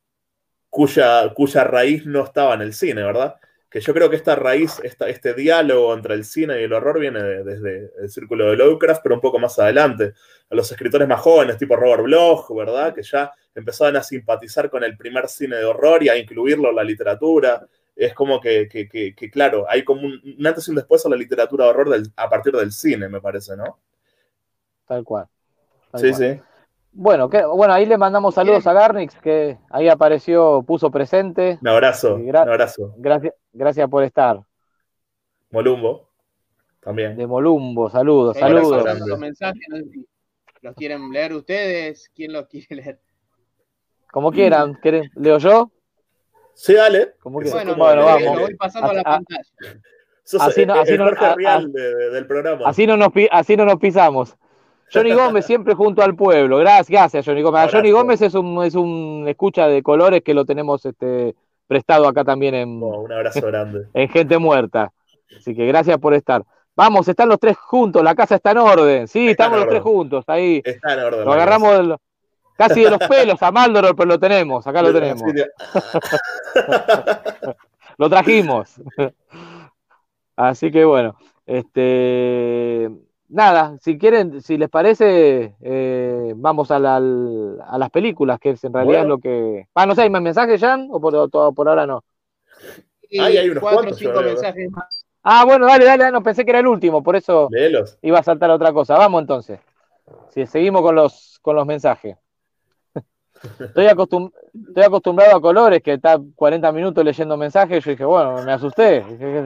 cuya, cuya raíz no estaba en el cine, ¿verdad? Que yo creo que esta raíz, esta, este diálogo entre el cine y el horror viene de, desde el círculo de Lovecraft, pero un poco más adelante. A los escritores más jóvenes, tipo Robert Bloch, ¿verdad? Que ya empezaban a simpatizar con el primer cine de horror y a incluirlo en la literatura. Es como que, que, que, que claro, hay como un, un antes y un después a la literatura de horror del, a partir del cine, me parece, ¿no? Tal cual. Tal sí, cual. sí. Bueno, que, bueno, ahí le mandamos saludos a Garnix, que ahí apareció, puso presente. Un abrazo, gra un abrazo. Gracias, gracias por estar. Molumbo, también. De Molumbo, saludos, Seguimos saludos. pasando los mensajes, no sé si los quieren leer ustedes. ¿Quién los quiere leer? Como quieran, ¿quieren? ¿Leo yo? Sí, dale. Como que bueno, bueno, no, vamos. lo voy pasando a, a la pantalla. Sos así no, el, así el Jorge no, a, Rial a, de, de, del programa. Así no, nos, así no nos pisamos. Johnny Gómez siempre junto al pueblo. Gracias, gracias Johnny Gómez. A Johnny Gómez es un, es un escucha de colores que lo tenemos este, prestado acá también en, oh, un abrazo grande. en Gente Muerta. Así que gracias por estar. Vamos, están los tres juntos, la casa está en orden. Sí, está estamos en los tres juntos, ahí. Está en orden. Lo agarramos del, casi de los pelos a Maldoror, pero lo tenemos, acá lo tenemos. Lo trajimos. Así que bueno, este, nada, si quieren, si les parece, eh, vamos a, la- al- a las películas, que es en realidad es Bueno, lo que... Ah, no sé, ¿hay más mensajes, Jan? ¿O por, o por ahora no? ahí hay Y unos cuatro o cuantos, yo cinco veo. mensajes más. Ah, bueno, dale, dale, no, pensé que era el último, por eso Léelos. iba a saltar a otra cosa. Vamos entonces, si seguimos con los, con los mensajes. Estoy, acostum- estoy acostumbrado a Colores, que está cuarenta minutos leyendo mensajes, yo dije, bueno, me asusté.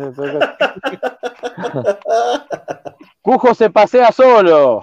Cujo se pasea solo.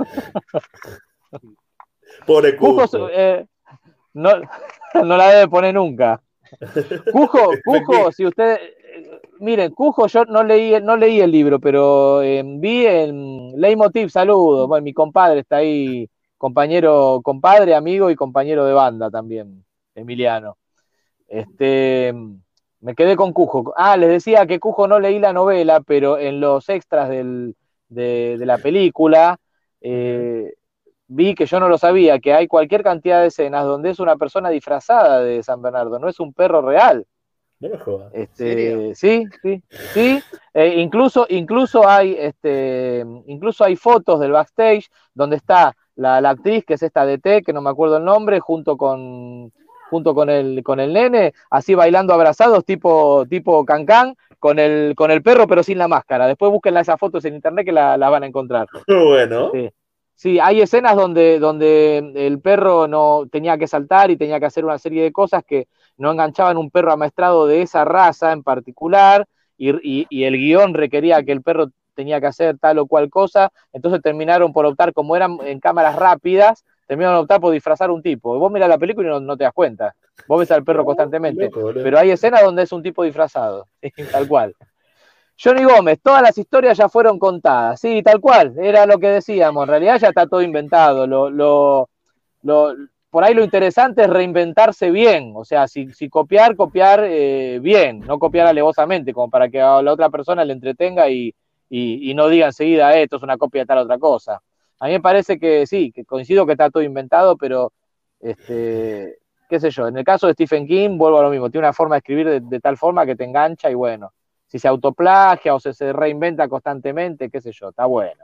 Pobre Cujo, Cujo. eh, no, no la debe poner nunca. Cujo, Stephen King. Cujo, si usted, eh, miren, Cujo, yo no leí, no leí el libro, pero eh, vi en Leitmotiv, saludos. Bueno, mi compadre está ahí, compañero, compadre, amigo y compañero de banda también, Emiliano. Este, me quedé con Cujo. Ah, les decía que Cujo no leí la novela, pero en los extras del, de, de la película Ujú. eh, vi que yo no lo sabía, que hay cualquier cantidad de escenas donde es una persona disfrazada de San Bernardo, no es un perro real. No me jodas. ¿En serio? Este, sí, sí, sí. Eh, incluso, incluso hay, este, incluso hay fotos del backstage donde está la, la actriz, que es esta de T, que no me acuerdo el nombre, junto con, junto con el, con el nene, así bailando abrazados, tipo, tipo Cancán, con el, con el perro, pero sin la máscara. Después búsquenla esas fotos en internet que la, la van a encontrar. Bueno. Sí. Sí, hay escenas donde, donde el perro no tenía que saltar y tenía que hacer una serie de cosas que no enganchaban un perro amaestrado de esa raza en particular, y, y, y el guión requería que el perro tenía que hacer tal o cual cosa, entonces terminaron por optar, como eran en cámaras rápidas, terminaron por optar por disfrazar a un tipo. Vos mirás la película y no, no te das cuenta, vos ves al perro No, qué constantemente, loco, boludo. pero hay escenas donde es un tipo disfrazado, tal cual. Johnny Gómez, todas las historias ya fueron contadas, sí, tal cual, era lo que decíamos, en realidad ya está todo inventado, lo, lo, lo, por ahí lo interesante es reinventarse bien, o sea, si, si copiar, copiar eh, bien, no copiar alevosamente, como para que a la otra persona le entretenga y, y, y no diga enseguida, eh, esto es una copia de tal otra cosa. A mí me parece que sí, que coincido que está todo inventado, pero, este, qué sé yo, en el caso de Stephen King, vuelvo a lo mismo, tiene una forma de escribir de, de tal forma que te engancha y bueno, si se autoplagia o se, se reinventa constantemente, qué sé yo, está bueno.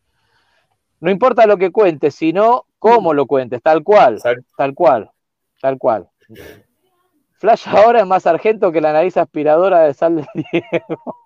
No importa lo que cuentes, sino cómo lo cuentes, tal cual, Exacto. tal cual, tal cual. Flash ahora es más sargento que la nariz aspiradora de sal de Diego.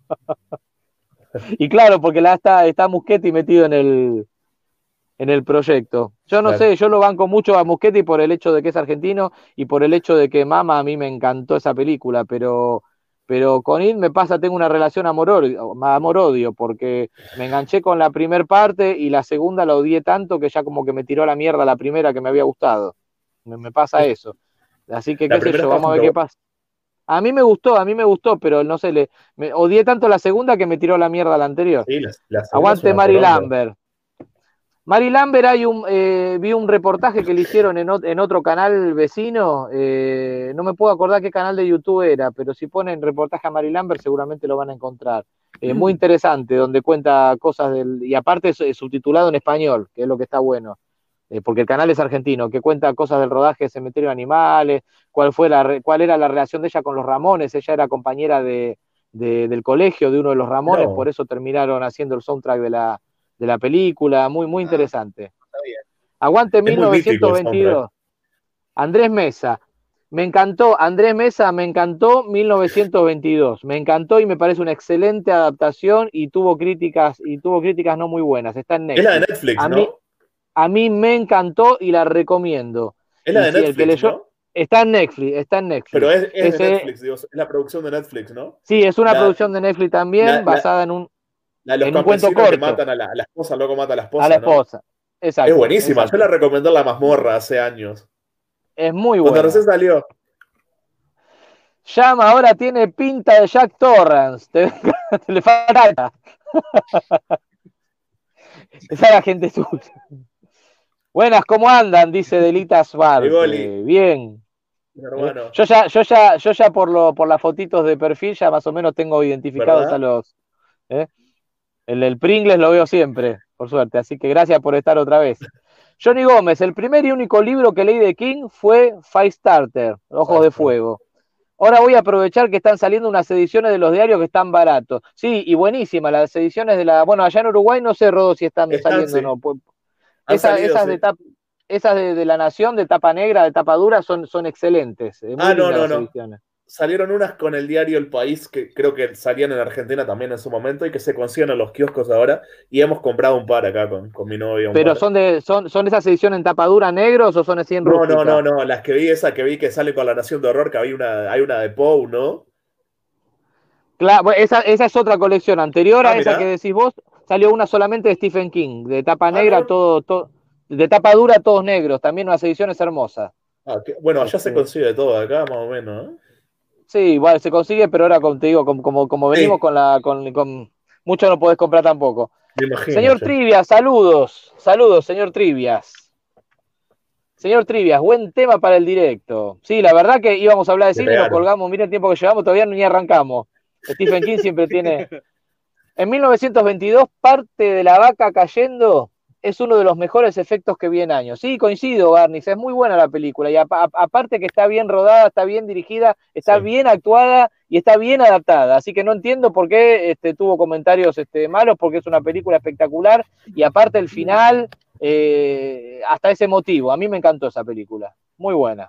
Y claro, porque la está, está Muschetti metido en el, en el proyecto. Yo no Claro. sé, yo lo banco mucho a Muschetti por el hecho de que es argentino y por el hecho de que Mama a mí me encantó esa película, pero, pero con él me pasa, tengo una relación amor-odio, amor-odio, porque me enganché con la primera parte y la segunda la odié tanto que ya como que me tiró a la mierda la primera que me había gustado. Me, me pasa eso. Así que La qué sé primera yo, está vamos a ver bastante qué buena. pasa. A mí me gustó, a mí me gustó, pero no sé, le, me odié tanto la segunda que me tiró la mierda la anterior. Sí, la, la segunda es Aguante una Mary poronga. Lambert. Mary Lambert, hay un, eh, vi un reportaje que le hicieron en, en otro canal vecino, eh, no me puedo acordar qué canal de YouTube era, pero si ponen reportaje a Mary Lambert seguramente lo van a encontrar. Eh, muy interesante, donde cuenta cosas del... Y aparte es, es subtitulado en español, que es lo que está bueno, eh, porque el canal es argentino, que cuenta cosas del rodaje de Cementerio de Animales, cuál, fue la, cuál era la relación de ella con los Ramones, ella era compañera de, de, del colegio de uno de los Ramones, por No, eso terminaron haciendo el soundtrack de la de la película, muy, muy Ah, interesante. está bien. Aguante es muy mítico el soundtrack. mil novecientos veintidós. Andrés Mesa. Me encantó, Andrés Mesa, me encantó mil novecientos veintidós. Me encantó y me parece una excelente adaptación y tuvo críticas, y tuvo críticas no muy buenas. Está en Es la de Netflix. Netflix, A mí, ¿no? a mí me encantó y la recomiendo. Es la Y de si el que Netflix, leyó, ¿no? está en Netflix, está en Pero Netflix. es, es de Ese, Netflix, digo, es la producción de Netflix, ¿no? sí, es una La, producción de Netflix la, también, la, basada en un, la de los en un cuento campesinos que corto, matan a la, a la esposa, el loco mata a la a la esposa, ¿no? esposa. Es Exacto, buenísima, yo la exacto. recomendé en La Mazmorra hace años. Es muy Cuando recién buena. salió. Llama ahora tiene pinta de Jack Torrance. Te, te le falta. Esa es la gente suya. Buenas, ¿cómo andan? Dice Delitas El Goli, Barte. Bien. mi ¿Eh? hermano, Yo ya, yo ya, yo ya por lo, por las fotitos de perfil ya más o menos tengo identificados a ¿verdad? los. ¿eh? El del Pringles lo veo siempre, por suerte. Así que gracias por estar otra vez. Johnny Gómez, el primer y único libro que leí de King fue Firestarter, Ojos de Firestarter. Fuego. Ahora voy a aprovechar que están saliendo unas ediciones de los diarios que están baratos. Sí, y buenísimas, las ediciones de la... Bueno, allá en Uruguay no sé, Rodo, si están Están, saliendo o sí. no. Pues, Han esa, salido, esas sí. de, tap, esas de, de La Nación, de tapa negra, de tapa dura, son, son excelentes. Muy Ah, no, lindas no, las no. ediciones. Salieron unas con el diario El País, que creo que salían en Argentina también en su momento, y que se consiguen en los kioscos ahora, y hemos comprado un par acá con, con mi novia, un Pero par. son de son, son esas ediciones en tapa dura negros o son así en No, no, rústica. no, no, las que vi, esa que vi que sale con La Nación de Horror, que hay una, hay una de Poe, ¿no? Claro, bueno, esa, esa es otra colección. Anterior Ah, a esa que mirá. decís vos, salió una solamente de Stephen King, de tapa Ah, negra, no. todo, todo, de tapa dura, todos negros. También unas ediciones hermosas. Ah, que- bueno, allá se Este, consigue de todo, acá más o menos, ¿eh? sí, igual se consigue, pero ahora como te digo, como, como, como venimos Sí, con la, con, con mucho no podés comprar tampoco. me imagino, Señor sí. Trivias, saludos, saludos, señor Trivias. Señor Trivias, buen tema para el directo. Sí, la verdad que íbamos a hablar de Le cine y nos pegaron. colgamos, mira el tiempo que llevamos, todavía ni arrancamos. Stephen King siempre tiene... En mil novecientos veintidós, parte de la vaca cayendo es uno de los mejores efectos que vi en años. Sí, coincido, Garnis, es muy buena la película. Y a, a, aparte que está bien rodada, está bien dirigida, está Sí. bien actuada y está bien adaptada. Así que no entiendo por qué este, tuvo comentarios este, malos, porque es una película espectacular. Y aparte el final, eh, hasta ese motivo. A mí me encantó esa película. Muy buena.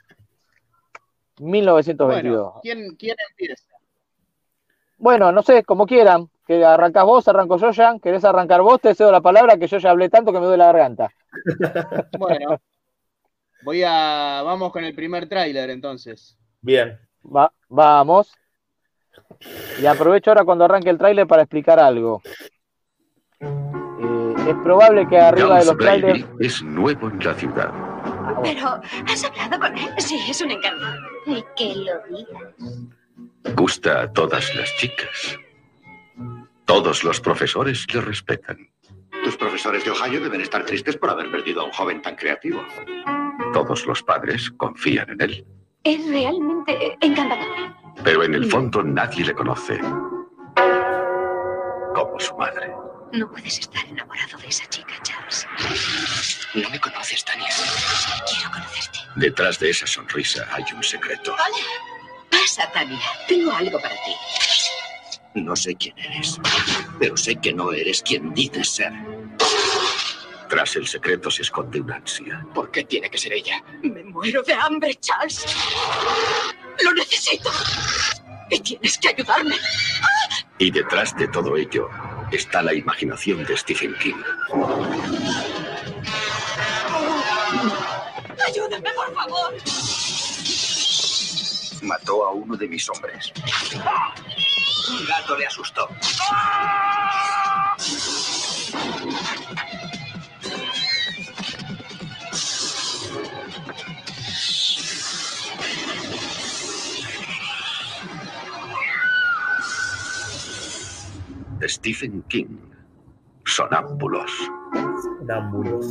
mil novecientos veintidós. Bueno, ¿quién, quién empieza? Bueno, no sé, como quieran. Que arrancás vos, arranco yo ya. ¿Querés arrancar vos? Te cedo la palabra, que yo ya hablé tanto que me duele la garganta. Bueno, voy a. Vamos con el primer tráiler entonces. Bien. Va, vamos. Y aprovecho ahora cuando arranque el tráiler para explicar algo. Eh, es probable que arriba de los trailers... es nuevo en la ciudad. Pero, ¿has hablado con él? Sí, es un encanto. Y que lo digas. Gusta a todas las chicas. Todos los profesores le respetan. Tus profesores de Ohio deben estar tristes por haber perdido a un joven tan creativo. Todos los padres confían en él. Es realmente encantador. Pero en el fondo nadie le conoce como su madre. No puedes estar enamorado de esa chica, Charles. No me conoces, Tania. Quiero conocerte. Detrás de esa sonrisa hay un secreto. Hola. Pasa, Tania. Tengo algo para ti. No sé quién eres, pero sé que no eres quien dices ser. Tras el secreto se esconde una ansia. ¿Por qué tiene que ser ella? Me muero de hambre, Charles. Lo necesito. Y tienes que ayudarme. Y detrás de todo ello está la imaginación de Stephen King. Ayúdame, por favor. Mató a uno de mis hombres. Un gato le asustó. Stephen King. Sonámbulos. Sonámbulos.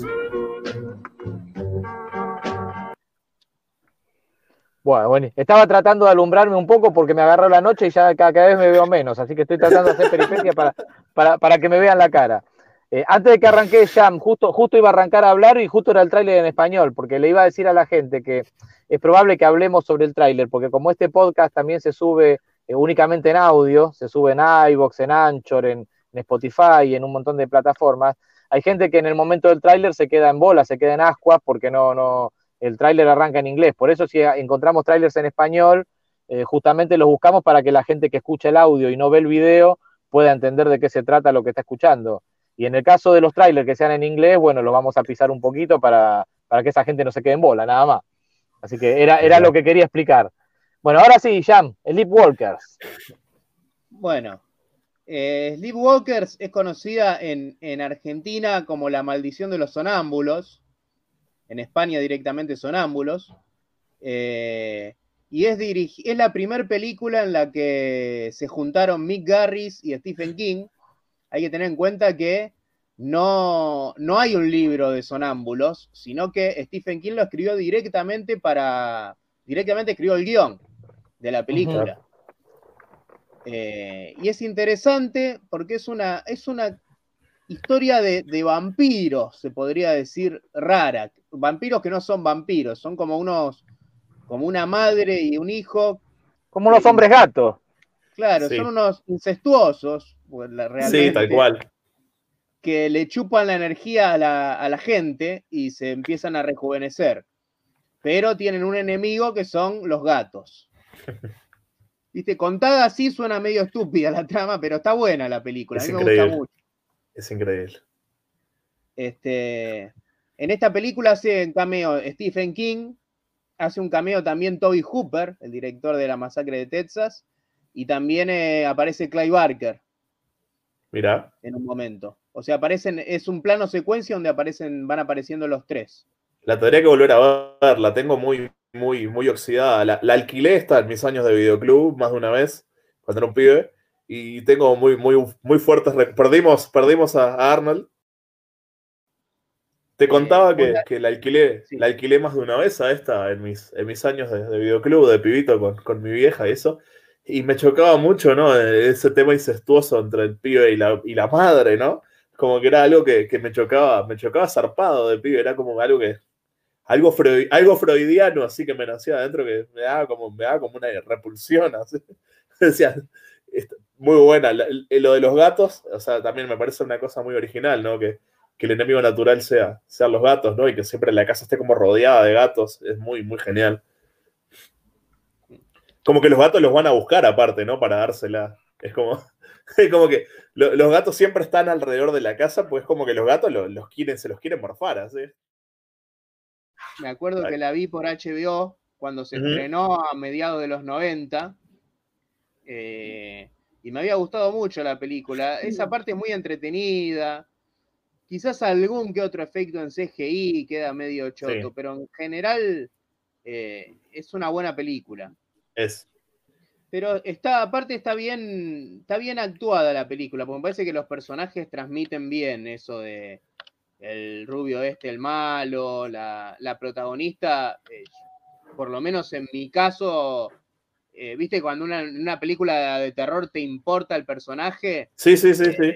Bueno, bueno, estaba tratando de alumbrarme un poco porque me agarró la noche y ya cada, cada vez me veo menos, así que estoy tratando de hacer peripecia para, para, para que me vean la cara. Eh, antes de que arranque Jam, justo, justo iba a arrancar a hablar y justo era el tráiler en español, porque le iba a decir a la gente que es probable que hablemos sobre el tráiler, porque como este podcast también se sube eh, únicamente en audio, se sube en iVoox, en Anchor, en, en Spotify y en un montón de plataformas, hay gente que en el momento del tráiler se queda en bola, se queda en ascuas porque no... no el tráiler arranca en inglés, por eso si encontramos tráilers en español, eh, justamente los buscamos para que la gente que escucha el audio y no ve el video pueda entender de qué se trata lo que está escuchando. Y en el caso de los trailers que sean en inglés, bueno, lo vamos a pisar un poquito para, para que esa gente no se quede en bola, nada más. Así que era, era lo que quería explicar. Bueno, ahora sí, Jam, Sleepwalkers. Bueno, eh, Sleepwalkers es conocida en, en Argentina como La Maldición de los Sonámbulos. En España directamente Sonámbulos, eh, y es, es la primera película en la que se juntaron Mick Garris y Stephen King. Hay que tener en cuenta que no, no hay un libro de Sonámbulos, sino que Stephen King lo escribió directamente para, directamente escribió el guión de la película. Uh-huh. eh, y es interesante porque es una, es una historia de, de vampiros, se podría decir, rara. Vampiros que no son vampiros, son como unos, como una madre y un hijo Como unos hombres gatos. Claro, Sí. son unos incestuosos, pues, la- realmente, Sí, tal cual. que le chupan la energía a la, a la gente y se empiezan a rejuvenecer. Pero tienen un enemigo que son los gatos. Viste, contada así suena medio estúpida la trama, pero está buena la película. A Es mí me gusta increíble. mucho. Es increíble. Este, en esta película hace un cameo Stephen King, hace un cameo también Toby Hooper, el director de La Masacre de Texas, y también eh, aparece Clive Barker Mirá. en un momento. O sea, aparecen, es un plano secuencia donde aparecen, van apareciendo los tres. La tendría que volver a ver, la tengo muy, muy, muy oxidada. La, la alquilé esta en mis años de videoclub más de una vez, cuando era un pibe, y tengo muy, muy, muy fuertes. rec- Perdimos, perdimos a, a Arnold. Te contaba Eh, que, vos la- que la alquilé, sí. la alquilé más de una vez a esta en mis, en mis años de, de videoclub, de pibito con, con mi vieja y eso. Y me chocaba mucho, ¿no? Ese tema incestuoso entre el pibe y la, y la madre, ¿no? Como que era algo que, que me chocaba, me chocaba zarpado de pibe, era como algo que, algo, freud, algo freudiano, así que me nacía adentro, que me daba como, me daba como una repulsión, así. Decía, est- muy buena. La- el- lo de los gatos, o sea, también me parece una cosa muy original, ¿no? Que, que el enemigo natural sea, sean los gatos, ¿no? Y que siempre la casa esté como rodeada de gatos, es muy, muy genial. Como que los gatos los van a buscar aparte, ¿no? Para dársela. Es como, es como que lo- los gatos siempre están alrededor de la casa, pues es como que los gatos lo- los quieren, se los quieren morfar, ¿así? Me acuerdo Ay. que la vi por H B O cuando se Ujú. estrenó a mediados de los noventa. eh, y me había gustado mucho la película. Esa parte es muy entretenida. Quizás algún que otro efecto en C G I queda medio choto, Sí. pero en general eh, es una buena película. Es. Pero está, aparte está bien, está bien actuada la película, porque me parece que los personajes transmiten bien eso de el rubio este, el malo, la, la protagonista, eh, por lo menos en mi caso, eh, viste, cuando una, una película de terror te importa el personaje, Sí, sí, sí, sí.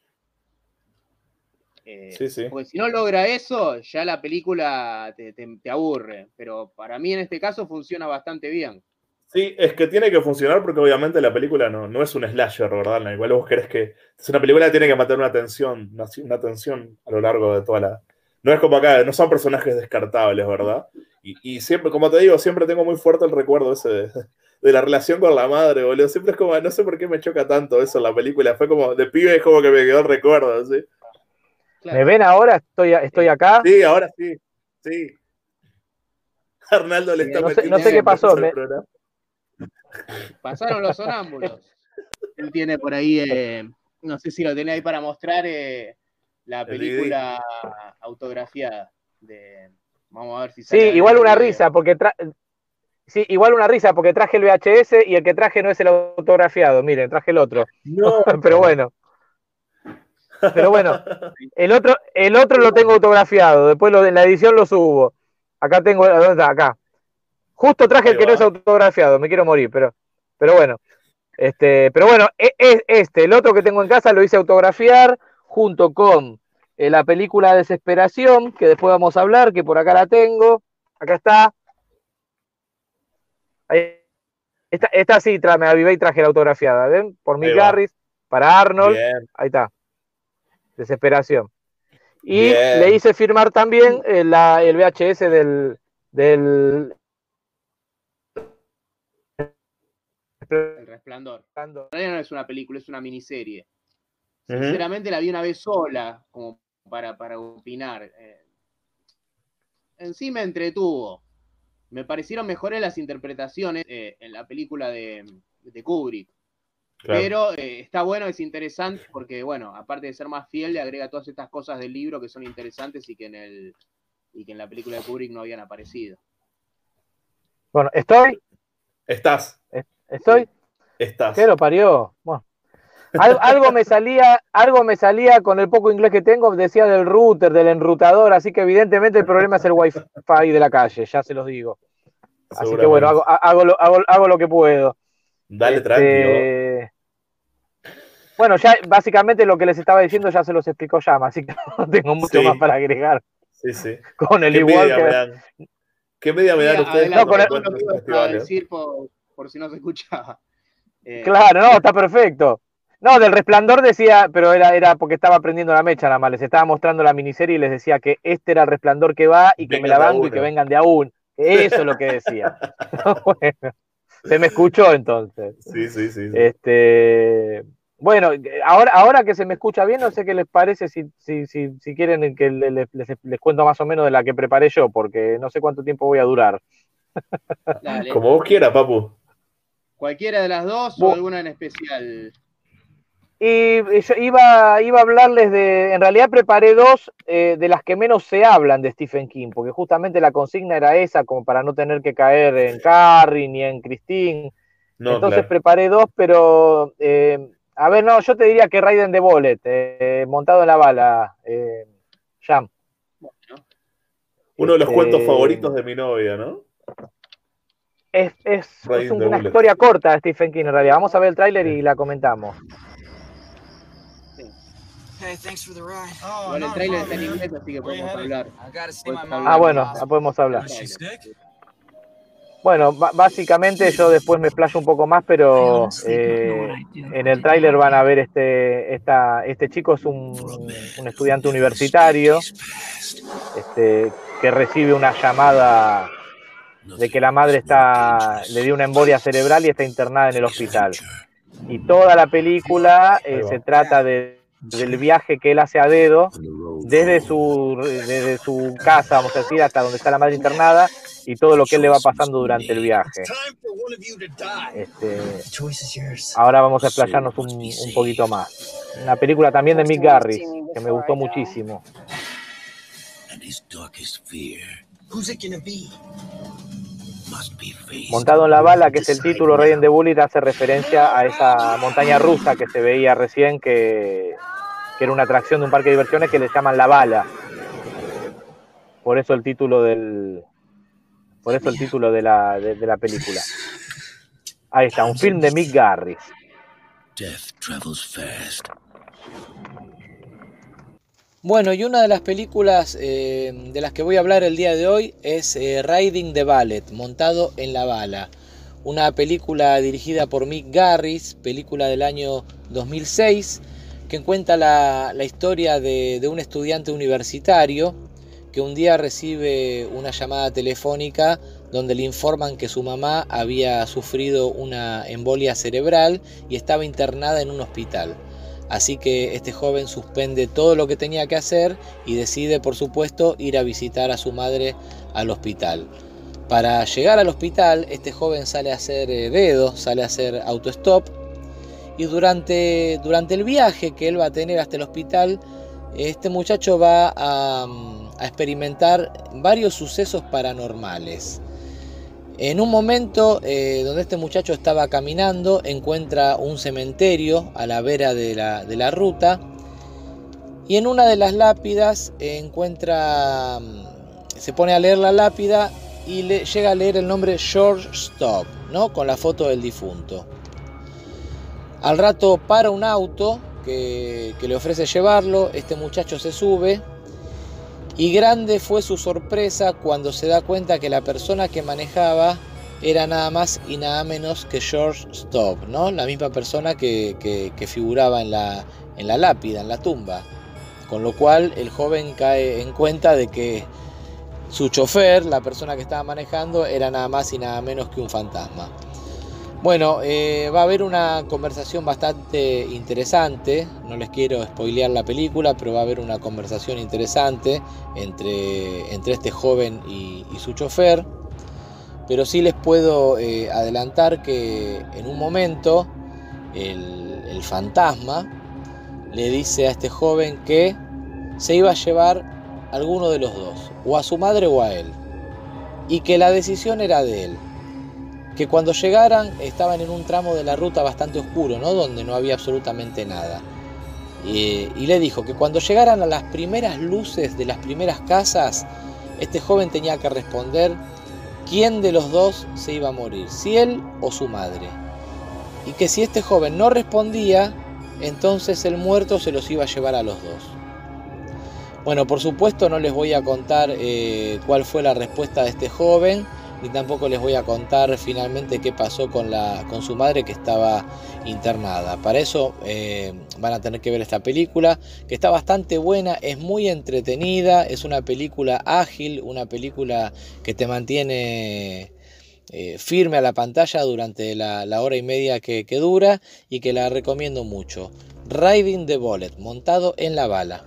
eh, Sí, sí. porque si no logra eso, ya la película te, te, te aburre, pero para mí en este caso funciona bastante bien. Sí, es que tiene que funcionar porque obviamente la película no, no es un slasher, ¿verdad? No, igual vos querés que... Es una película que tiene que mantener una tensión, una, una tensión a lo largo de toda la... No es como acá, no son personajes descartables, ¿verdad? Y, y siempre, como te digo, siempre tengo muy fuerte el recuerdo ese de, de la relación con la madre, boludo. Siempre es como, no sé por qué me choca tanto eso en la película. Fue como, de pibe es como que me quedó el recuerdo, ¿sí? Claro. ¿Me ven ahora? ¿Estoy, estoy acá? Sí, ahora sí, sí. Arnaldo le está No sé- metiendo no sé qué sombras pasó, al me- programa. Pasaron los sonámbulos. Él tiene por ahí, eh, no sé si lo tiene ahí para mostrar, eh, la El película autografiada. De, vamos a ver si Sí, sale ahora en igual el una video. risa, porque tra- sí, igual una risa, porque traje el V H S y el que traje no es el autografiado, miren, traje el otro. No. Pero bueno. Pero bueno, el otro, el otro lo tengo autografiado, después lo, en la edición lo subo. Acá tengo, ¿dónde está? Acá. Justo traje Ahí el que va. no es autografiado, me quiero morir, pero, pero bueno. Este, pero bueno, e- e- este, el otro que tengo en casa lo hice autografiar junto con eh, la película Desesperación, que después vamos a hablar, que por acá la tengo. Acá está. Ahí esta, esta sí, tra- me avivé y traje la autografiada, ¿ven? Por Ahí Mick va. Garris, para Arnold. Bien, Ahí está. Desesperación. Y bien. le hice firmar también eh, la, el V H S del, del El Resplandor. En realidad no es una película, es una miniserie. Ujú. Sinceramente la vi una vez sola, como para, para opinar. Eh, en sí me entretuvo. Me parecieron mejores las interpretaciones eh, en la película de, de Kubrick. Claro. Pero eh, está bueno, es interesante, porque, bueno, aparte de ser más fiel, le agrega todas estas cosas del libro que son interesantes y que en, el, y que en la película de Kubrick no habían aparecido. Bueno, ¿estoy? Estás, ¿Estoy? estás. ¿Qué lo parió? Bueno. Al- algo me salía, algo me salía con el poco inglés que tengo, decía del router, del enrutador, así que evidentemente el problema es el wifi de la calle, ya se los digo. Así que bueno, hago, hago, lo, hago, hago lo que puedo. Dale, este... tranquilo. Bueno, ya básicamente lo que les estaba diciendo ya se los explicó Llama, así que no tengo mucho Sí. más para agregar. Sí, sí. Con el ¿Qué igual media que... me dan? ¿Qué media me dan Sí, ustedes adelante, No, con el- cuando lo que encuentran ibas a festivales? decir por, por si no se escuchaba. Eh, Claro, no, está perfecto. No, del Resplandor decía, pero era, era porque estaba prendiendo la mecha nada más, les estaba mostrando la miniserie y les decía que este era el Resplandor que va y que me la Vengan de a banco y uno. que vengan de a un. Eso es lo que decía. Bueno, se me escuchó entonces. Sí, sí, sí. sí. Este, bueno, ahora, ahora que se me escucha bien, no sé qué les parece, si, si, si, si quieren que les, les, les cuento más o menos de la que preparé yo, porque no sé cuánto tiempo voy a durar. Dale. Como vos quieras, papu. ¿Cualquiera de las dos Vos- o alguna en especial? Y yo iba, iba a hablarles de, en realidad preparé dos eh, de las que menos se hablan de Stephen King, porque justamente la consigna era esa, como para no tener que caer en Carrie ni en Christine. No, Entonces claro. preparé dos, pero eh, a ver, no, yo te diría que Raiden the Bullet, eh, montado en la bala, eh, Jam. Uno de los Este, cuentos favoritos de mi novia, ¿no? Es, es, es Raiden the una Bullet. historia corta de Stephen King en realidad. Vamos a ver el tráiler y la comentamos. Hey, thanks for the ride. Igual el trailer está en inglés, así que podemos hablar. I gotta see my Podemos mom. hablar Ah, bueno, más. ah, podemos hablar. Was she sick? Bueno, b- básicamente yo después me explayo un poco más, pero eh, en el tráiler van a ver este, esta, este chico es un, un estudiante universitario este, que recibe una llamada de que la madre está, le dio una embolia cerebral y está internada en el hospital. Y toda la película eh, se trata de, del viaje que él hace a dedo desde su, desde su casa, vamos a decir, hasta donde está la madre internada y todo lo que él le va pasando durante el viaje. Este, ahora vamos a explayarnos un, un poquito más. Una película también de Mick Garris, que me gustó muchísimo. Who's it gonna be? Montado en la bala, que es el título, Raiden the Bullet hace referencia a esa montaña rusa que se veía recién, que, que era una atracción de un parque de diversiones que le llaman La Bala. Por eso el título del, por eso el título de la, de, de la película. Ahí está, un film de Mick Garris. Bueno, y una de las películas eh, de las que voy a hablar el día de hoy es eh, Riding the Bullet, montado en la bala. Una película dirigida por Mick Garris, película del año dos mil seis, que cuenta la, la historia de, de un estudiante universitario que un día recibe una llamada telefónica donde le informan que su mamá había sufrido una embolia cerebral y estaba internada en un hospital. Así que este joven suspende todo lo que tenía que hacer y decide, por supuesto, ir a visitar a su madre al hospital. Para llegar al hospital, este joven sale a hacer eh, dedo, sale a hacer autostop, y durante, durante el viaje que él va a tener hasta el hospital, este muchacho va a, a experimentar varios sucesos paranormales. En un momento eh, donde este muchacho estaba caminando, encuentra un cementerio a la vera de la, de la ruta, y en una de las lápidas eh, encuentra, se pone a leer la lápida y le, llega a leer el nombre George Stop, ¿no? Con la foto del difunto. Al rato para un auto que, que le ofrece llevarlo, este muchacho se sube. Y grande fue su sorpresa cuando se da cuenta que la persona que manejaba era nada más y nada menos que George Stop, ¿no? La misma persona que, que, que figuraba en la, en la lápida, en la tumba. Con lo cual el joven cae en cuenta de que su chofer, la persona que estaba manejando, era nada más y nada menos que un fantasma. Bueno, eh, va a haber una conversación bastante interesante, no les quiero spoilear la película, pero va a haber una conversación interesante entre, entre este joven y, y su chofer, pero sí les puedo eh, adelantar que en un momento el, el fantasma le dice a este joven que se iba a llevar a alguno de los dos, o a su madre o a él, y que la decisión era de él. Que cuando llegaran estaban en un tramo de la ruta bastante oscuro, ¿no? Donde no había absolutamente nada. Y, y le dijo que cuando llegaran a las primeras luces de las primeras casas, este joven tenía que responder quién de los dos se iba a morir, si él o su madre. Y que si este joven no respondía, entonces el muerto se los iba a llevar a los dos. Bueno, por supuesto no les voy a contar eh, cuál fue la respuesta de este joven, ni tampoco les voy a contar finalmente qué pasó con, la, con su madre que estaba internada. Para eso eh, van a tener que ver esta película, que está bastante buena, es muy entretenida, es una película ágil, una película que te mantiene eh, firme a la pantalla durante la, la hora y media que, que dura, y que la recomiendo mucho. Riding the Bullet, montado en la bala.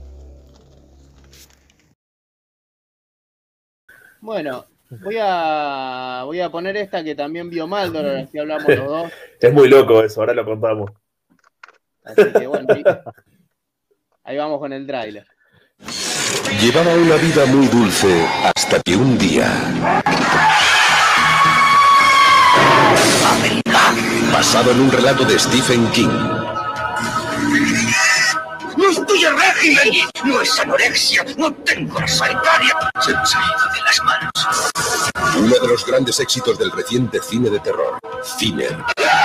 Bueno, voy a voy a poner esta que también vio Maldor, ahora sí hablamos los dos. Es muy loco eso, ahora lo contamos. Así que bueno, ahí, ahí vamos con el tráiler. Llevaba una vida muy dulce hasta que un día... Basado en un relato de Stephen King. ¡No estoy en régimen! ¡No es anorexia! ¡No tengo la sanitaria! Se me ha ido de las manos. Uno de los grandes éxitos del reciente cine de terror, Thinner.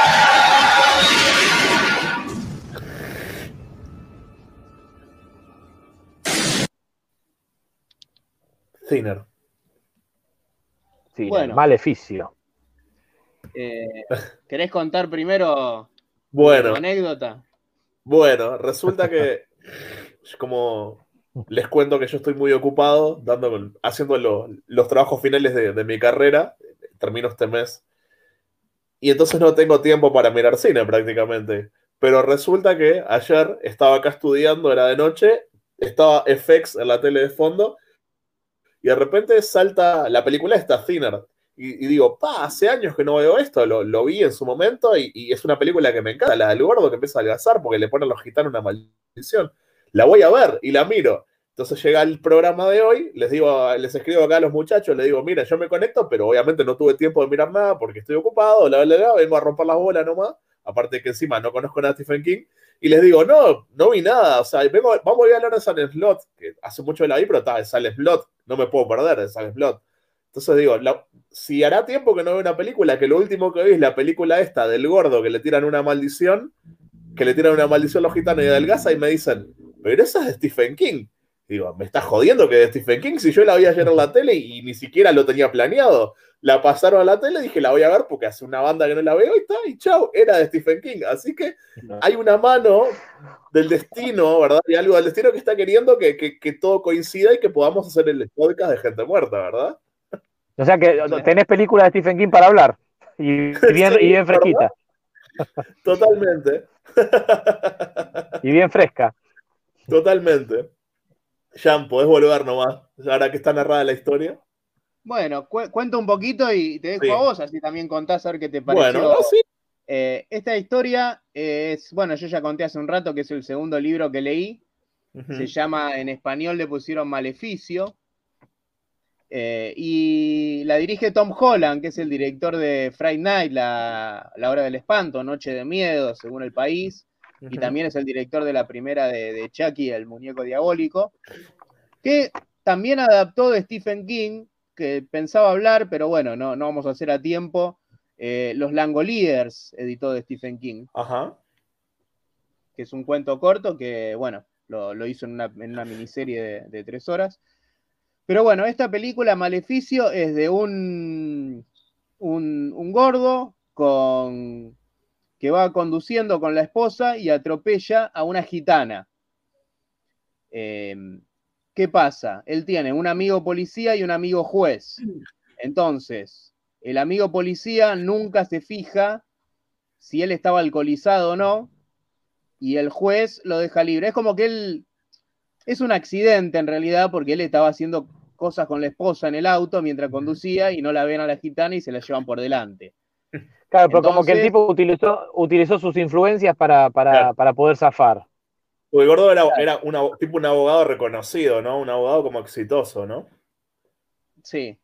Thinner. Sí, Bueno. Maleficio. Eh, ¿Querés contar primero Bueno. tu anécdota? Bueno, resulta que, como les cuento que yo estoy muy ocupado dando, haciendo lo, los trabajos finales de, de mi carrera, termino este mes, y entonces no tengo tiempo para mirar cine prácticamente. Pero resulta que ayer estaba acá estudiando, era de noche, estaba F X en la tele de fondo, y de repente salta la película esta, Thinner. Y, y digo, pa, hace años que no veo esto, lo, lo vi en su momento y, y es una película que me encanta, la del gordo que empieza a adelgazar porque le ponen a los gitanos una maldición. La voy a ver y la miro. Entonces llega el programa de hoy, les digo, les escribo acá a los muchachos, les digo, mira, yo me conecto, pero obviamente no tuve tiempo de mirar nada porque estoy ocupado, bla, bla, bla, vengo a romper las bolas nomás, aparte que encima no conozco nada de Stephen King, y les digo, no, no vi nada, o sea, vengo, vamos a ir a hablar de Silent Slot, que hace mucho la vi, pero está, es Silent Slot, no me puedo perder de Silent Slot. Entonces digo, la, si hará tiempo que no veo una película, que lo último que vi es la película esta del gordo que le tiran una maldición, que le tiran una maldición a los gitanos y adelgaza, y me dicen, pero esa es de Stephen King. Digo, me estás jodiendo que es de Stephen King si yo la vi ayer en la tele y, y ni siquiera lo tenía planeado. La pasaron a la tele y dije, la voy a ver porque hace una banda que no la veo y está, y chau, era de Stephen King. Así que hay una mano del destino, ¿verdad? Y algo del destino que está queriendo que, que, que todo coincida y que podamos hacer el podcast de gente muerta, ¿verdad? O sea que tenés películas de Stephen King para hablar. Y bien, Sí, y bien fresquita. Totalmente. Y bien fresca. Totalmente. Jan, podés volver nomás, ahora que está narrada la historia. Bueno, cu cuento un poquito y te dejo Sí. a vos, así también contás a ver qué te pareció. Bueno, no, sí. Eh, esta historia es, bueno, yo ya conté hace un rato que es el segundo libro que leí. Uh-huh. Se llama, en español le pusieron Maleficio. Eh, y la dirige Tom Holland, que es el director de Fright Night, la, la Hora del Espanto, Noche de Miedo, según El País. Uh-huh. Y también es el director de la primera de, de Chucky, el muñeco diabólico. Que también adaptó de Stephen King, que pensaba hablar, pero bueno, no, no vamos a hacer a tiempo. Eh, Los Langoliers editó de Stephen King. Ajá. Que es un cuento corto que, bueno, lo, lo hizo en una, en una miniserie de, de tres horas. Pero bueno, esta película Maleficio es de un, un, un gordo con, que va conduciendo con la esposa y atropella a una gitana. Eh, ¿Qué pasa? Él tiene un amigo policía y un amigo juez. Entonces, el amigo policía nunca se fija si él estaba alcoholizado o no, y el juez lo deja libre. Es como que él... Es un accidente en realidad, porque él estaba haciendo cosas con la esposa en el auto mientras conducía y no la ven a la gitana y se la llevan por delante. Claro, pero Entonces, como que el tipo utilizó, utilizó sus influencias para, para, claro. para poder zafar. Porque el gordo era, era una, tipo un abogado reconocido, ¿no? Un abogado como exitoso, ¿no? Sí.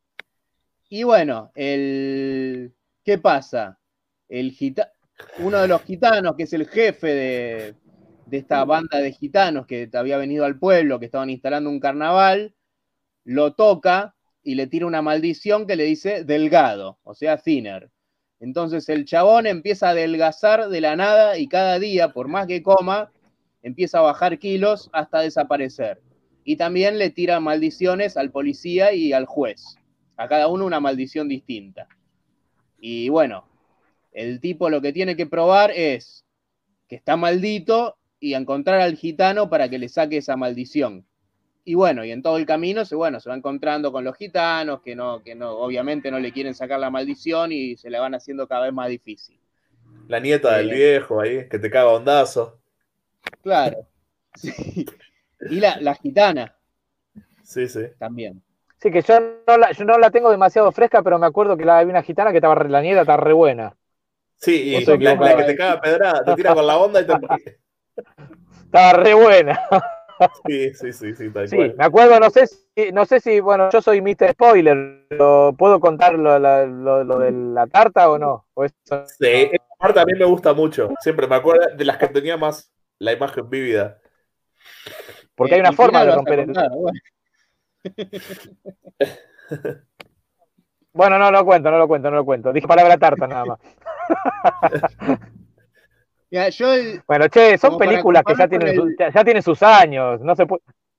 Y bueno, el... ¿qué pasa? El gita... Uno de los gitanos, que es el jefe de, de esta banda de gitanos que había venido al pueblo, que estaban instalando un carnaval, lo toca y le tira una maldición que le dice delgado, o sea, thinner. Entonces el chabón empieza a adelgazar de la nada y cada día, por más que coma, empieza a bajar kilos hasta desaparecer. Y también le tira maldiciones al policía y al juez. a cada uno una maldición distinta. Y bueno, el tipo lo que tiene que probar es que está maldito y encontrar al gitano para que le saque esa maldición. Y bueno, y en todo el camino se, bueno, se va encontrando con los gitanos que, no, que no, obviamente no le quieren sacar la maldición y se la van haciendo cada vez más difícil. La nieta Eh, del viejo ahí, que te caga ondazo. Claro. Sí. Y la, la gitana. Sí, sí. También. Sí, que yo no, la, yo no la tengo demasiado fresca, pero me acuerdo que la, había una gitana que estaba re, la nieta está re buena. Sí, y Estoy la, la equivocado. que te caga pedrada, te tira con la onda y te morís. Estaba re buena. Sí, sí, sí, sí, tal Sí, cual. me acuerdo, no sé si, no sé si, bueno, yo soy mister Spoiler, pero ¿puedo contar lo, la- lo- lo de la tarta o no? ¿O eso Sí, esa parte a mí me gusta mucho. Siempre me acuerdo de las que tenía más la imagen vívida. Porque hay Eh, una el forma final de vas a romper el... contar, bueno. Bueno, no lo cuento, no lo cuento, no lo cuento. Dije palabra tarta nada más. Mira, yo el- Bueno, che, son como para películas que ya comparar con tienen, su- el- ya, ya tienen sus años, no se puede...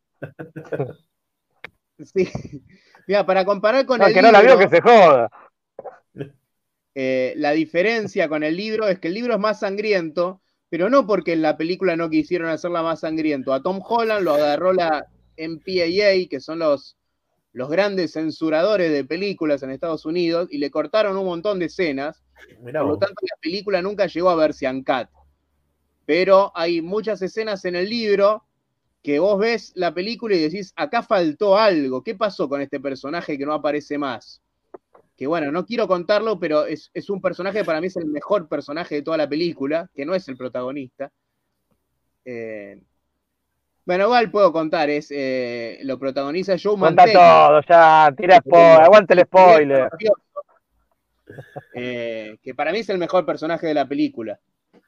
sí. Mira, para comparar con No, el que no la vio libro, que se joda. eh, la diferencia con el libro es que el libro es más sangriento, pero no porque en la película no quisieron hacerla más sangriento. A Tom Holland lo agarró la M P A A, que son los, los grandes censuradores de películas en Estados Unidos, y le cortaron un montón de escenas. Mirá Por lo vos. tanto, la película nunca llegó a verse uncut. Pero hay muchas escenas en el libro que vos ves la película y decís, acá faltó algo, ¿qué pasó con este personaje que no aparece más? Que bueno, no quiero contarlo, pero es, es un personaje que para mí es el mejor personaje de toda la película, que no es el protagonista. Eh, bueno, igual puedo contar, es eh, lo protagoniza Joe Conta Mantegna. todo, ya, tira spoiler, aguante el spoiler. Eh, que para mí es el mejor personaje de la película.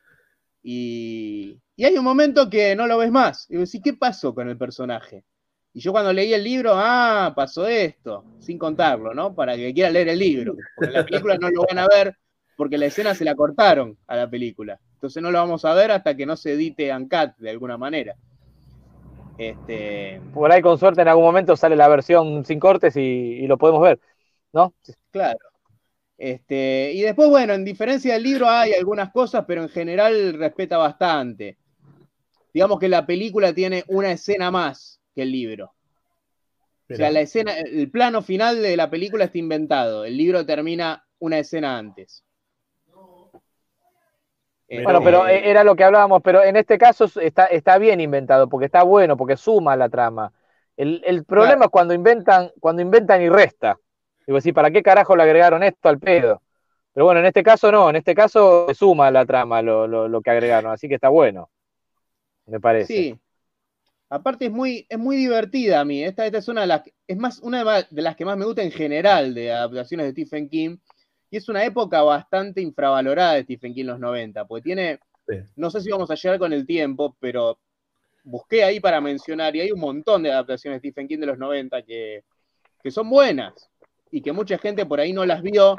Y, y hay un momento que no lo ves más. Y vos decís, ¿qué pasó con el personaje? Y yo cuando leí el libro, ah, pasó esto, sin contarlo, ¿no? Para que quiera leer el libro. Porque en la película no lo van a ver, porque la escena se la cortaron a la película. Entonces no lo vamos a ver hasta que no se edite uncut de alguna manera. Este... Por ahí con suerte en algún momento sale la versión sin cortes y, y lo podemos ver, ¿no? Claro. Este, y después, bueno, en diferencia del libro hay algunas cosas, pero en general respeta bastante. Digamos que la película tiene una escena más que el libro. O sea, la escena, el plano final de la película está inventado. El libro termina una escena antes. Bueno, pero era lo que hablábamos, pero en este caso está, está bien inventado, porque está bueno, porque suma la trama. El, el problema claro. es cuando inventan, cuando inventan y resta. Digo, sí, ¿para qué carajo le agregaron esto al pedo? Pero bueno, en este caso no, en este caso suma la trama lo, lo, lo que agregaron, así que está bueno, me parece. Sí. Aparte es muy, es muy divertida a mí. Esta, esta es una de las, es más, una de las que más me gusta en general de adaptaciones de Stephen King. Y es una época bastante infravalorada de Stephen King los noventa, porque tiene, sí. no sé si vamos a llegar con el tiempo, pero busqué ahí para mencionar, y hay un montón de adaptaciones de Stephen King de los noventa que, que son buenas, y que mucha gente por ahí no las vio,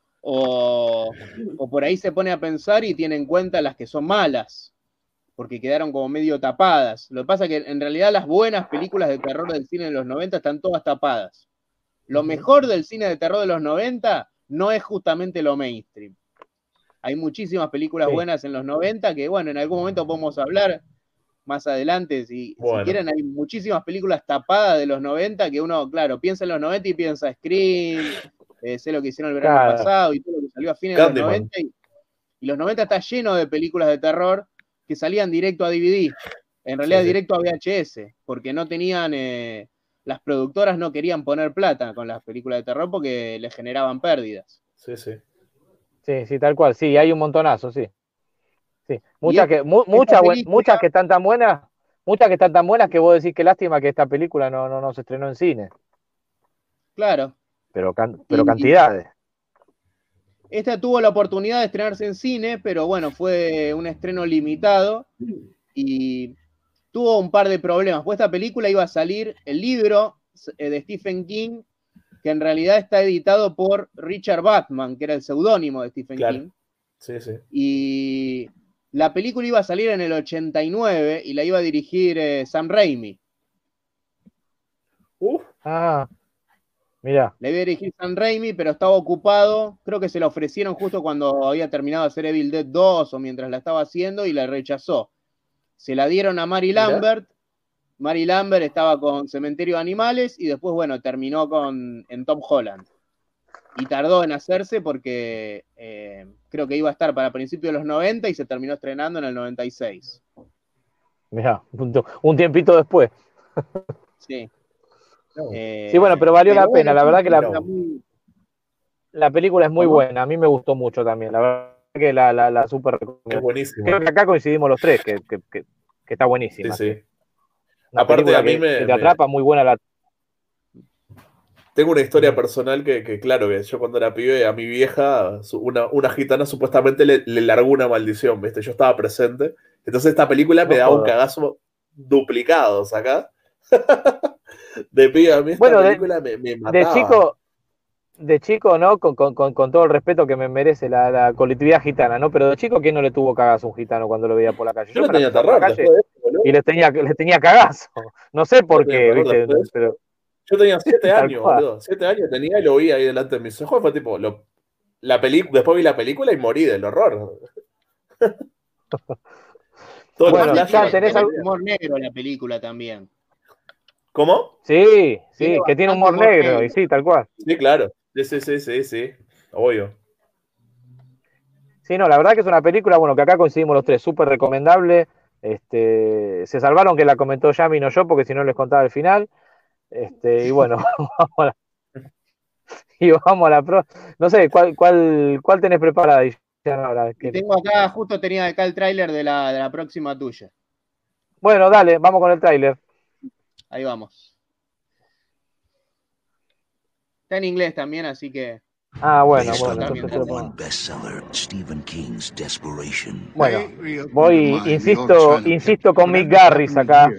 o, o por ahí se pone a pensar y tiene en cuenta las que son malas, porque quedaron como medio tapadas. Lo que pasa es que en realidad las buenas películas de terror del cine de los noventa están todas tapadas. Lo mejor del cine de terror de los noventa no es justamente lo mainstream. Hay muchísimas películas sí. buenas en los noventa que, bueno, en algún momento podemos hablar más adelante. Si, bueno. si quieren, hay muchísimas películas tapadas de los noventa que uno, claro, piensa en los noventa y piensa Scream, eh, sé lo que hicieron el verano claro. pasado y todo lo que salió a fines Candyman. de los noventa. Y, y los noventa está lleno de películas de terror que salían directo a D V D. En realidad, sí, sí. directo a V H S, porque no tenían... Eh, las productoras no querían poner plata con las películas de terror porque les generaban pérdidas. Sí, sí. Sí, sí, tal cual. Sí, hay un montonazo, sí. sí. Muchas, es, que, mu muchas, película... muchas que están tan buenas, muchas que están tan buenas que vos decís que lástima que esta película no, no, no se estrenó en cine. Claro. Pero, can pero y, cantidades. Esta tuvo la oportunidad de estrenarse en cine, pero bueno, fue un estreno limitado y tuvo un par de problemas. Pues esta película iba a salir, el libro de Stephen King, que en realidad está editado por Richard Bachman, que era el seudónimo de Stephen claro. King. Sí, sí. Y la película iba a salir en el ochenta y nueve y la iba a dirigir eh, Sam Raimi. Uf. Ah. Mirá. Le iba a dirigir Sam Raimi, pero estaba ocupado. Creo que se la ofrecieron justo cuando había terminado de hacer Evil Dead dos o mientras la estaba haciendo y la rechazó. Se la dieron a Mary Mirá. Lambert. Mary Lambert estaba con Cementerio de Animales y después, bueno, terminó con, en Tom Holland. Y tardó en hacerse porque eh, creo que iba a estar para principios de los noventa y se terminó estrenando en el noventa y seis. Mirá, un, un tiempito después. Sí. Eh, sí, bueno, pero valió pero la bueno, pena. La verdad que la, muy... la película es muy ¿Cómo? buena. A mí me gustó mucho también. La verdad que la, la, la super recomiendo. Es buenísimo. Creo que acá coincidimos los tres, que, que, que, que está buenísima. Sí, sí. Una Aparte, a mí que, me, que te atrapa, me... muy buena la. Tengo una historia personal que, que, claro, que yo cuando era pibe, a mi vieja, una, una gitana supuestamente le, le largó una maldición, ¿viste? Yo estaba presente. Entonces esta película me no daba joder. un cagazo duplicado, ¿sacás? De pibe a mí esta bueno, película de, me, me mataba. De chico, de chico, ¿no? Con, con, con, con todo el respeto que me merece la, la colectividad gitana, ¿no? Pero de chico, ¿quién no le tuvo cagazo a un gitano cuando lo veía por la calle? Yo, yo le tenía terror calle, de eso, y le tenía, le tenía cagazo. No sé por qué, ¿viste? De pero... Yo tenía siete años, boludo. Siete años tenía y lo vi ahí delante de mis ojos. Fue tipo, lo, la película, después vi la película y morí del horror. Todo bueno, ya tenés, tenés algún humor negro en la película también. ¿Cómo? Sí, sí, tiene que tiene humor, humor negro, negro, y sí, tal cual. Sí, claro. Sí, sí, sí, sí, sí. Obvio. Sí, no, la verdad que es una película, bueno, que acá coincidimos los tres, súper recomendable. Este, se salvaron que la comentó Yami, no yo, porque si no les contaba el final. Este, y bueno, vamos a la, y vamos a la pro. No sé, ¿cuál, cuál, cuál tenés preparada? Ahora, que... Tengo acá, justo tenía acá el tráiler de la, de la próxima tuya. Bueno, dale, vamos con el tráiler. Ahí vamos. Está en inglés también, así que. Ah, bueno, bueno. Bueno, voy, insisto, insisto con Mick Garris acá.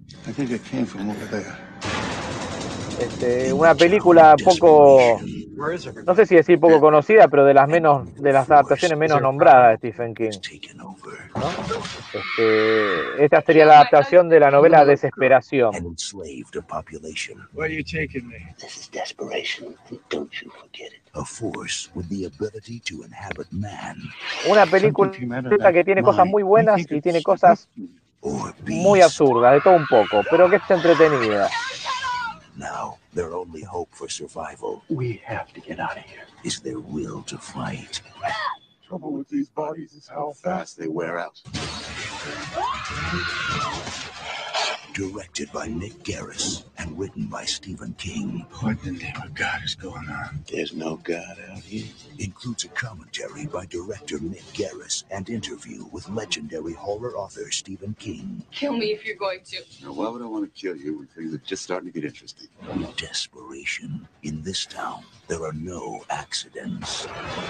Este, una película poco, no sé si decir poco conocida, pero de las menos, de las adaptaciones menos nombradas de Stephen King, ¿no? Este, esta sería la adaptación de la novela Desesperación. Una película que tiene cosas muy buenas y tiene cosas muy absurdas, de todo un poco, pero que es entretenida. Now, their only hope for survival. We have to get out of here. Is their will to fight. Trouble with these bodies is how fast they wear out. Directed by Nick Garris and written by Stephen King. What the name of God is going on? There's no God out here. Includes a commentary by director Nick Garris and interview with legendary horror author Stephen King. Kill me if you're going to. Now, why would I want to kill you when things are just starting to get interesting? Desperation. In this town, there are no accidents.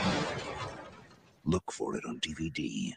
Look for it on D V D.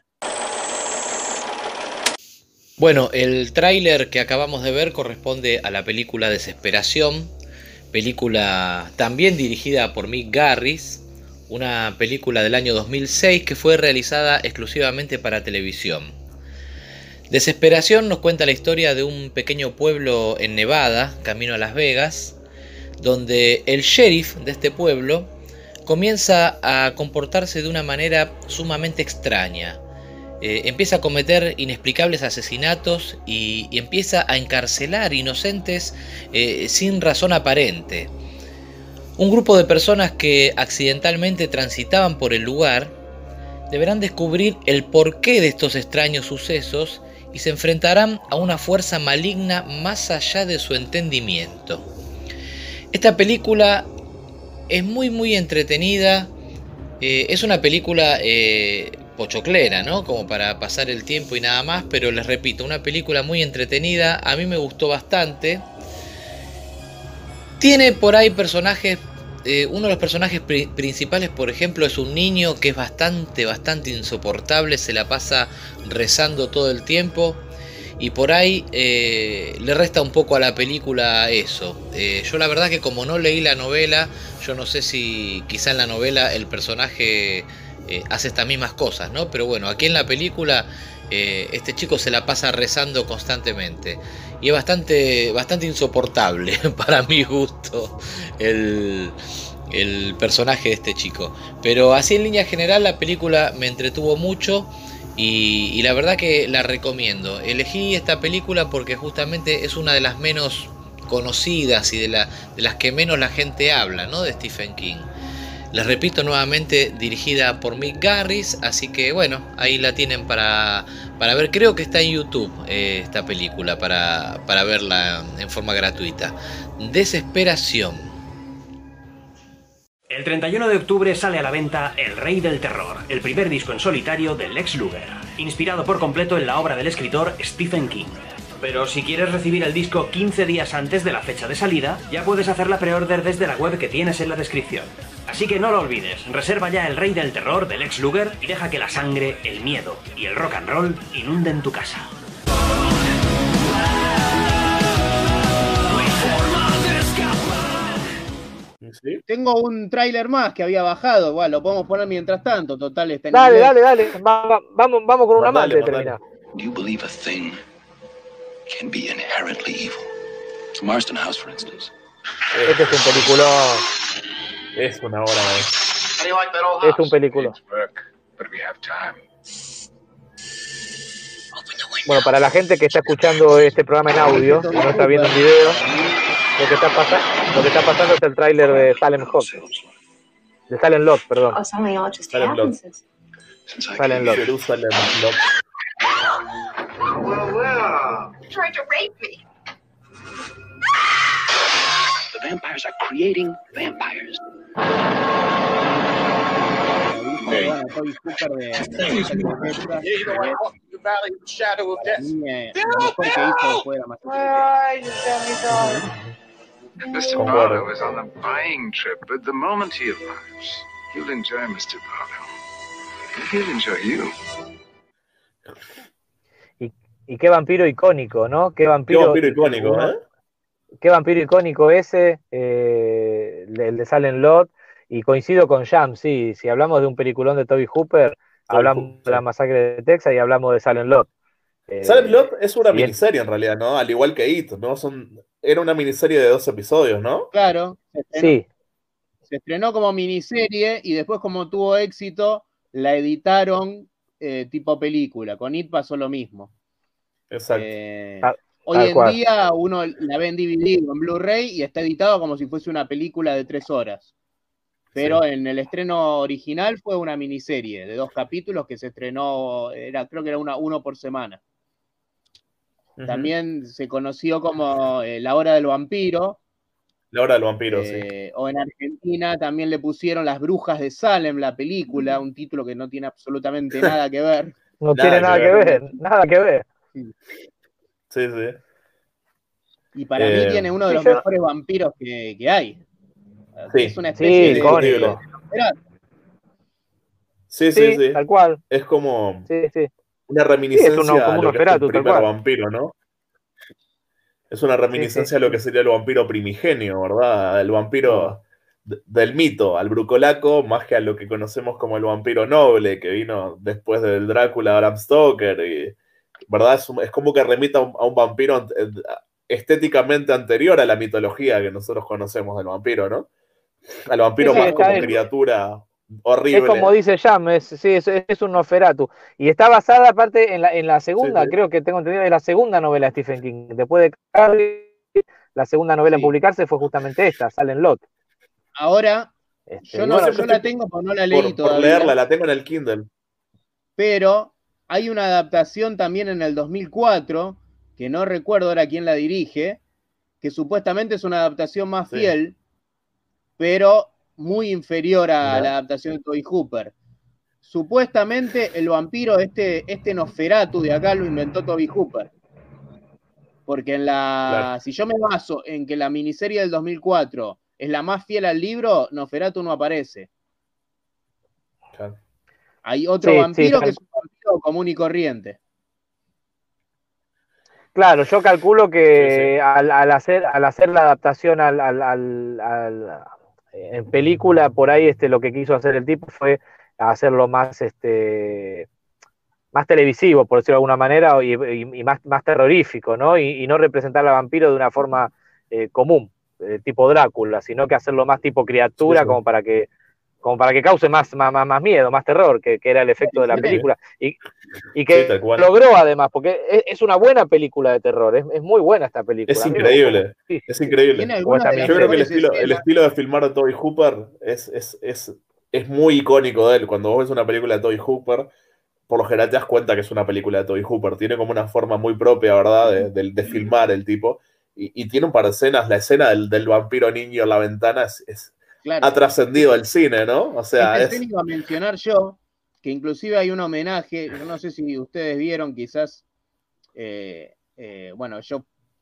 Bueno, el tráiler que acabamos de ver corresponde a la película Desesperación, película también dirigida por Mick Garris, una película del año dos mil seis que fue realizada exclusivamente para televisión. Desesperación nos cuenta la historia de un pequeño pueblo en Nevada, camino a Las Vegas, donde el sheriff de este pueblo comienza a comportarse de una manera sumamente extraña. Eh, empieza a cometer inexplicables asesinatos y, y empieza a encarcelar inocentes eh, sin razón aparente. Un grupo de personas que accidentalmente transitaban por el lugar deberán descubrir el porqué de estos extraños sucesos y se enfrentarán a una fuerza maligna más allá de su entendimiento. Esta película es muy muy entretenida, eh, es una película eh, pochoclera, ¿no? Como para pasar el tiempo y nada más, pero les repito, una película muy entretenida, a mí me gustó bastante. Tiene por ahí personajes, eh, uno de los personajes pri- principales, por ejemplo, es un niño que es bastante, bastante insoportable, se la pasa rezando todo el tiempo. Y por ahí eh, le resta un poco a la película eso. Eh, yo la verdad que como no leí la novela, yo no sé si quizá en la novela el personaje eh, hace estas mismas cosas, ¿no? Pero bueno, aquí en la película eh, este chico se la pasa rezando constantemente. Y es bastante, bastante insoportable para mi gusto el, el personaje de este chico. Pero así en línea general la película me entretuvo mucho. Y, y la verdad que la recomiendo. Elegí esta película porque justamente es una de las menos conocidas y de, la, de las que menos la gente habla, ¿no? De Stephen King. Les repito nuevamente, dirigida por Mick Garris, así que bueno, ahí la tienen para, para ver. Creo que está en YouTube eh, esta película para, para verla en forma gratuita. Desesperación. El treinta y uno de octubre sale a la venta El Rey del Terror, el primer disco en solitario de Lex Luger, inspirado por completo en la obra del escritor Stephen King. Pero si quieres recibir el disco quince días antes de la fecha de salida, ya puedes hacer la pre-order desde la web que tienes en la descripción. Así que no lo olvides, reserva ya El Rey del Terror de Lex Luger y deja que la sangre, el miedo y el rock and roll inunden tu casa. ¿Sí? Tengo un tráiler más que había bajado, bueno, lo podemos poner mientras tanto, total está en Dale, inglés. dale, dale, va, va, vamos, vamos con una más antes de terminar. Do you believe a thing can be inherently evil? Marston House, for instance. Este es un peliculón. Es una obra de... Es un peliculón. Bueno, para la gente que está escuchando este programa en audio y no está viendo el video, lo que está pasando, lo que está pasando es el tráiler de Salem Hawk. De Salem Lot, perdón. Oh, something all just Salem Lot. happens. Salem Lot. Jerusalem Lot. Well, well. You tried to rape me. The vampires are creating vampires. Bueno, Toby Hooper de lo mejor que hizo fue la mister Barlow is on a buying trip, but the moment he arrives, you'll enjoy mister Barlow. He'll enjoy you. Y, y qué vampiro icónico, ¿no? Qué vampiro, qué vampiro icónico, ¿eh? Qué vampiro icónico ese, eh, el de Salem Lot. Y coincido con Jam, sí, si hablamos de un peliculón de Toby Hooper, Toby hablamos Hooper. de La Masacre de Texas y hablamos de Salem Lot. Eh, Salem Lot es una miniserie en realidad, ¿no? Al igual que It, ¿no? Son, era una miniserie de dos episodios, ¿no? Claro. Se estrenó, sí. Se estrenó como miniserie y después, como tuvo éxito, la editaron eh, tipo película. Con It pasó lo mismo. Exacto. Eh, ah, hoy en cual. día uno la ve en D V D o en Blu-ray y está editado como si fuese una película de tres horas. Pero sí. En el estreno original fue una miniserie de dos capítulos que se estrenó, era, creo que era una, uno por semana. Uh-huh. También se conoció como eh, La Hora del Vampiro. La Hora del Vampiro, eh, sí. O en Argentina también le pusieron Las Brujas de Salem, la película, un título que no tiene absolutamente nada que ver. No nada tiene nada que ver. que ver, nada que ver. Sí, sí. sí. Y para eh, mí tiene uno de los yo... mejores vampiros que, que hay. Sí, es una especie sí, de, de, de... Sí, sí, sí, sí. Tal cual. Es como sí, sí. una reminiscencia sí, es uno, como a lo que es el primer cual. vampiro, ¿no? Es una reminiscencia sí, sí. a lo que sería el vampiro primigenio, ¿verdad? El vampiro sí. del mito, al brucolaco, más que a lo que conocemos como el vampiro noble, que vino después del Drácula de Bram Stoker, y, ¿verdad? Es, un, es como que remita a un, a un vampiro estéticamente anterior a la mitología que nosotros conocemos del vampiro, ¿no? Al vampiro sí, sí, más como bien. criatura horrible. Es como dice Jam, es, sí, es, es un Nosferatu. Y está basada, aparte, en la, en la segunda, sí, sí. creo que tengo entendido, es la segunda novela de Stephen King. Después de Carrie, la segunda novela sí. en publicarse fue justamente esta, Salem Lot. Ahora, este, yo, no, bueno, yo la tengo, pero no la leí por, todavía. Por leerla, la tengo en el Kindle. Pero hay una adaptación también en el dos mil cuatro, que no recuerdo ahora quién la dirige, que supuestamente es una adaptación más sí. fiel, pero muy inferior a ¿verdad? La adaptación de Toby Hooper. Supuestamente el vampiro, este, este Nosferatu de acá, lo inventó Toby Hooper. Porque en la, claro. si yo me baso en que la miniserie del dos mil cuatro es la más fiel al libro, Nosferatu no aparece. Claro. Hay otro sí, vampiro sí, que es un vampiro común y corriente. Claro, yo calculo que sí, sí. Al, al, hacer, al hacer la adaptación al, al, al, al, en película, por ahí este, lo que quiso hacer el tipo fue hacerlo más, este, más televisivo, por decirlo de alguna manera, y, y, y más, más terrorífico, ¿no? Y, y no representar al vampiro de una forma eh, común, eh, tipo Drácula, sino que hacerlo más tipo criatura, sí, sí. como para que como para que cause más, más, más miedo, más terror, que, que era el efecto de la película. Y, y que sí, logró además, porque es, es una buena película de terror, es, es muy buena esta película. Es increíble, sí, es increíble. Yo creo que el estilo, el estilo de filmar de Tobe Hooper es, es, es, es muy icónico de él. Cuando vos ves una película de Tobe Hooper, por lo general te das cuenta que es una película de Tobe Hooper. Tiene como una forma muy propia, ¿verdad?, de, de, de filmar el tipo. Y, y tiene un par de escenas, la escena del, del vampiro niño en la ventana es... es Claro. Ha trascendido el cine, ¿no? O sea, este es... iba a mencionar yo, que inclusive hay un homenaje, yo no sé si ustedes vieron, quizás, eh, eh, bueno, yo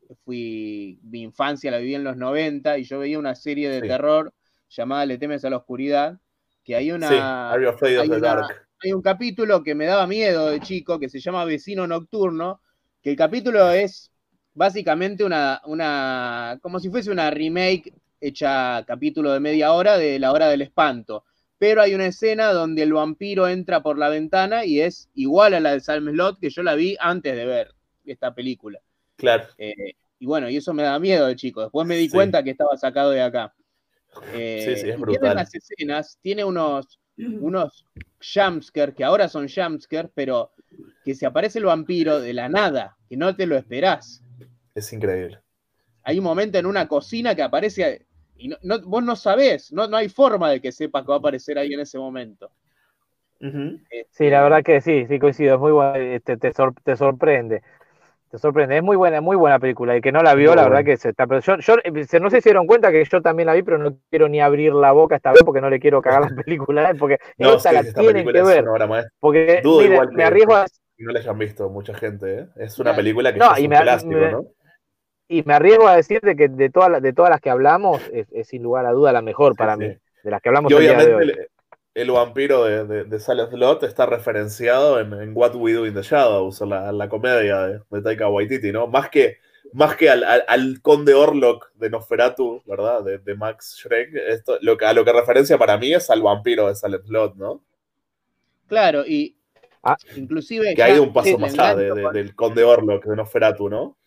fui, mi infancia la viví en los noventa, y yo veía una serie de sí. terror llamada Le temes a la oscuridad, que hay una... Sí, Are You Afraid of the Dark? Hay un capítulo que me daba miedo de chico, que se llama Vecino Nocturno, que el capítulo es básicamente una, una como si fuese una remake hecha capítulo de media hora de La Hora del Espanto, pero hay una escena donde el vampiro entra por la ventana y es igual a la de Salem Slot, que yo la vi antes de ver esta película. Claro. Eh, y bueno, y eso me da miedo de chico. Después me di sí. cuenta que estaba sacado de acá. Eh, sí, sí, es y brutal. tiene las escenas, tiene unos, unos jumpscares, que ahora son jumpscares, pero que se aparece el vampiro de la nada, que no te lo esperás. Es increíble. Hay un momento en una cocina que aparece y no, no, vos no sabés, no, no hay forma de que sepas que va a aparecer ahí en ese momento. Uh-huh. este, sí, la verdad que sí, sí coincido, es muy buena, te, te, sor, te sorprende, te sorprende, es muy buena, muy buena película, y que no la vio, muy la bueno. verdad que se está, pero yo, yo, no sé si se dieron cuenta que yo también la vi, pero no quiero ni abrir la boca esta vez porque no le quiero cagar la película, porque no, esta sí, la esta tienen que ver, porque Dudo mire, igual que, me arriesgo a... no la hayan visto mucha gente, ¿eh? Es una película que no, ya es y un me, clásico, me, ¿no? Y me arriesgo a decirte que de todas, de todas las que hablamos, es, es sin lugar a duda la mejor sí, para sí. mí, de las que hablamos y el día de hoy. El, el vampiro de, de, de Salem Slot está referenciado en, en What We Do in the Shadows, la, la comedia de, de Taika Waititi, ¿no? Más que, más que al, al, al conde Orlok de Nosferatu, ¿verdad? De, de Max Schreck, esto, lo que, a lo que referencia para mí es al vampiro de Salem Slot, ¿no? Claro, y ah, inclusive... Que ha ido un paso más allá de, de, con... del conde Orlok de Nosferatu, ¿no?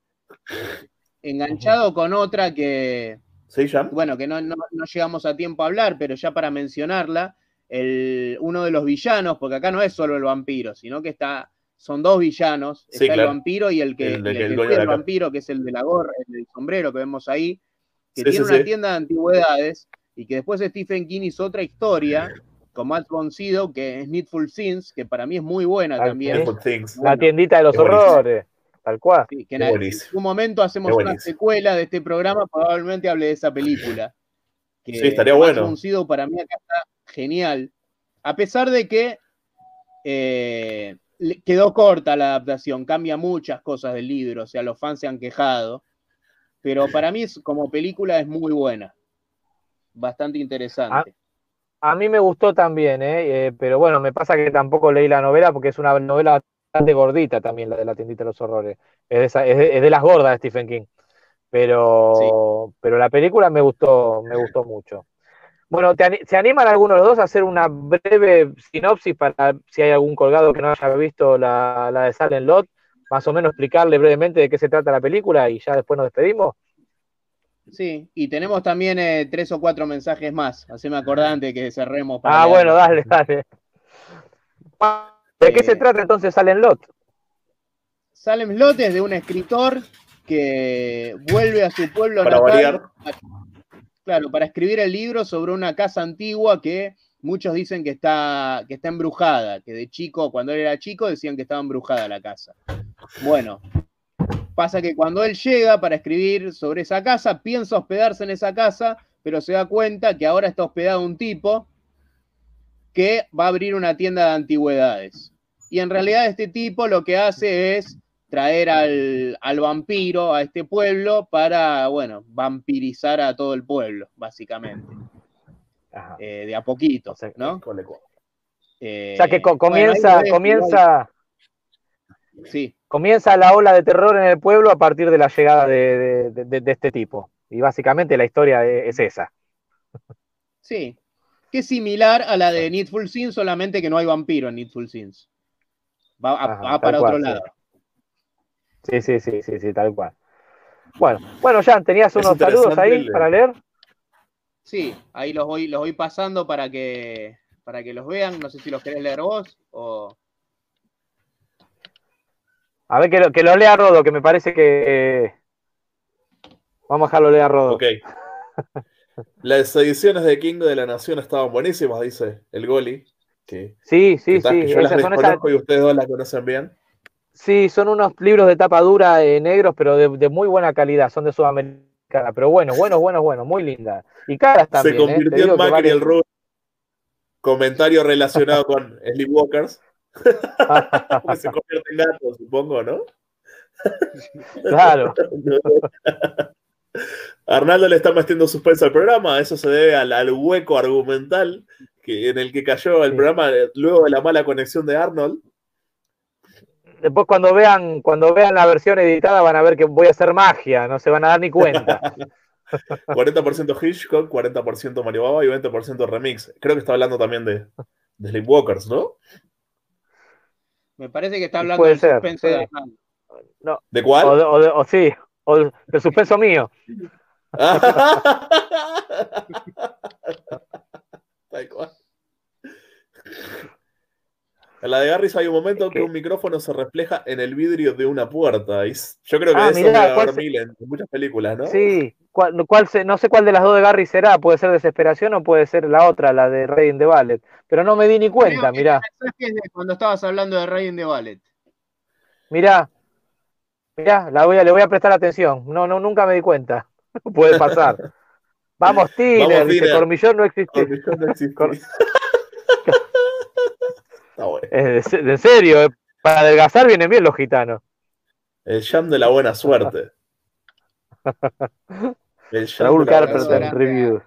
Enganchado con otra que, ¿Sí, ya? bueno, que no, no, no llegamos a tiempo a hablar, pero ya para mencionarla, el, uno de los villanos, porque acá no es solo el vampiro, sino que está, son dos villanos, sí, está claro. el vampiro y el que, el, el, el, el, el vampiro, que es el de la gorra, el del sombrero que vemos ahí, que sí, tiene sí, una sí. tienda de antigüedades, y que después Stephen King hizo otra historia con Matt von Sydow, que es Needful Things, que para mí es muy buena Tal también. Bueno, la tiendita de los horrores. Tal cual. Sí, que en algún momento hacemos una secuela de este programa, probablemente hable de esa película. Que sí, estaría bueno. Sido para mí acá está genial. A pesar de que eh, quedó corta la adaptación, cambia muchas cosas del libro, o sea, los fans se han quejado. Pero para mí, es, como película, es muy buena. Bastante interesante. A, a mí me gustó también, ¿eh? Eh, pero bueno, me pasa que tampoco leí la novela porque es una novela bastante gordita también, la de la tiendita de los horrores. Es de, esa, es de, es de las gordas de Stephen King. Pero, sí. pero la película me gustó, me gustó mucho. Bueno, ¿te, ¿se animan algunos de los dos a hacer una breve sinopsis para si hay algún colgado que no haya visto la, la de Salem Slot? Más o menos explicarle brevemente de qué se trata la película y ya después nos despedimos. Sí, y tenemos también eh, tres o cuatro mensajes más. Haceme acordar antes de que cerremos. Para ah, bueno, dale, dale. ¿De qué eh, se trata entonces Salem Slot? Salem Slot es de un escritor que vuelve a su pueblo para natal, variar. Claro, para escribir el libro sobre una casa antigua que muchos dicen que está, que está embrujada, que de chico, cuando él era chico, decían que estaba embrujada la casa. Bueno, pasa que cuando él llega para escribir sobre esa casa, piensa hospedarse en esa casa, pero se da cuenta que ahora está hospedado un tipo que va a abrir una tienda de antigüedades. Y en realidad este tipo lo que hace es traer al, al vampiro a este pueblo para, bueno, vampirizar a todo el pueblo, básicamente. Eh, de a poquito, o sea, ¿no? Eh, o sea que co comienza, bueno, comienza, sí. comienza la ola de terror en el pueblo a partir de la llegada de, de, de, de este tipo. Y básicamente la historia es esa. Sí, que es similar a la de Needful Sins, solamente que no hay vampiro en Needful Sins. va, a, Ajá, va para cual, otro sí. lado. Sí, sí, sí, sí, sí, tal cual. Bueno, bueno, Jan, ¿tenías Es unos saludos interesante ahí el- para leer? Sí, ahí los voy, los voy pasando para que, para que los vean. No sé si los querés leer vos o... A ver, que lo, que lo lea Rodo, que me parece que... eh, Vamos a dejarlo leer a Rodo. Ok. Las ediciones de King de la Nación estaban buenísimas, dice el Goli. Que, Sí, sí, que tal, sí. que yo las Esas son esas, desconozco y ustedes dos las conocen bien. sí, son unos libros de tapa dura eh, negros, pero de, de muy buena calidad. Son de Sudamericana. Pero bueno, bueno, bueno, bueno. Muy lindas. Y caras también, Se ¿eh? Te convirtió digo en que Macri valen... el Rubio. Comentario relacionado con Sleepwalkers. Porque se convierte en gato, supongo, ¿no? Claro. Arnaldo le está metiendo suspenso al programa. Eso se debe al, al hueco argumental que, en el que cayó el Sí. programa luego de la mala conexión de Arnold. Después cuando vean, cuando vean la versión editada van a ver que voy a hacer magia, no se van a dar ni cuenta. cuarenta por ciento Hitchcock, cuarenta por ciento Mario Baba y veinte por ciento remix. Creo que está hablando también de, de Sleepwalkers, ¿no? Me parece que está hablando Puede del ser, suspenso sí. de Arnaldo. No. ¿De cuál? O, de- o de- o sí, o del suspenso mío. Tal cual. En la de Garris hay un momento que un micrófono se refleja en el vidrio de una puerta. Y yo creo que Ah, de eso mirá, debe ¿cuál haber se- mil en, en muchas películas, ¿no? Sí, cuál, cuál se- no sé cuál de las dos de Garry será, puede ser Desesperación o puede ser la otra, la de Rey in the Ballet, pero no me di ni cuenta, Creo que mirá, el mensaje es de cuando estabas hablando de Rey in the Ballet. mirá, mirá, la voy a, le voy a prestar atención, no, no, nunca me di cuenta, puede pasar. Vamos, Tiner, Vamos, dice, Tiner. Cormillón no existe. Cormillón no existe. Cor- Está bueno. Eh, de- en serio, eh, para adelgazar vienen bien los gitanos. El jam de la buena suerte. El jam Raúl de la buena Carpenter suerte. Reviews.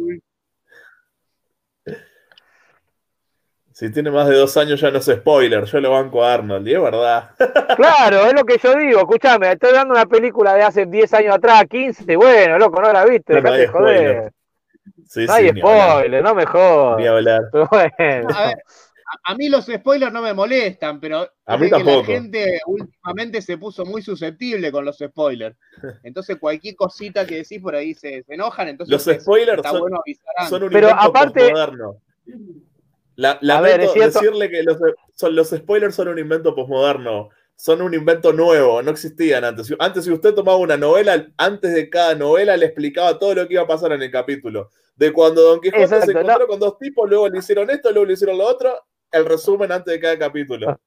Si tiene más de dos años ya no es spoiler. Yo lo banco a Arnold, y es verdad. Claro, es lo que yo digo, escúchame, estoy dando una película de hace diez años atrás, quince, bueno, loco, no la viste, No, no dejate hay de joder. spoiler. Sí, No hay sí, ni hablar. spoiler, no me jodas. Ni hablar. Pero bueno. A ver, a, a mí los spoilers no me molestan, pero A mí viste que la tampoco. gente últimamente se puso muy susceptible con los spoilers. Entonces cualquier cosita que decís por ahí se, se enojan, entonces Los es- spoilers está son, bueno avisar antes. son un Pero invento aparte- postmoderno. La, A ver, lamento es cierto- decirle que los, son, los spoilers son un invento postmoderno. Son un invento nuevo, no existían antes. Antes, si usted tomaba una novela, antes de cada novela le explicaba todo lo que iba a pasar en el capítulo. De cuando Don Quijote Exacto, se encontró no. con dos tipos, luego le hicieron esto, luego le hicieron lo otro, el resumen antes de cada capítulo.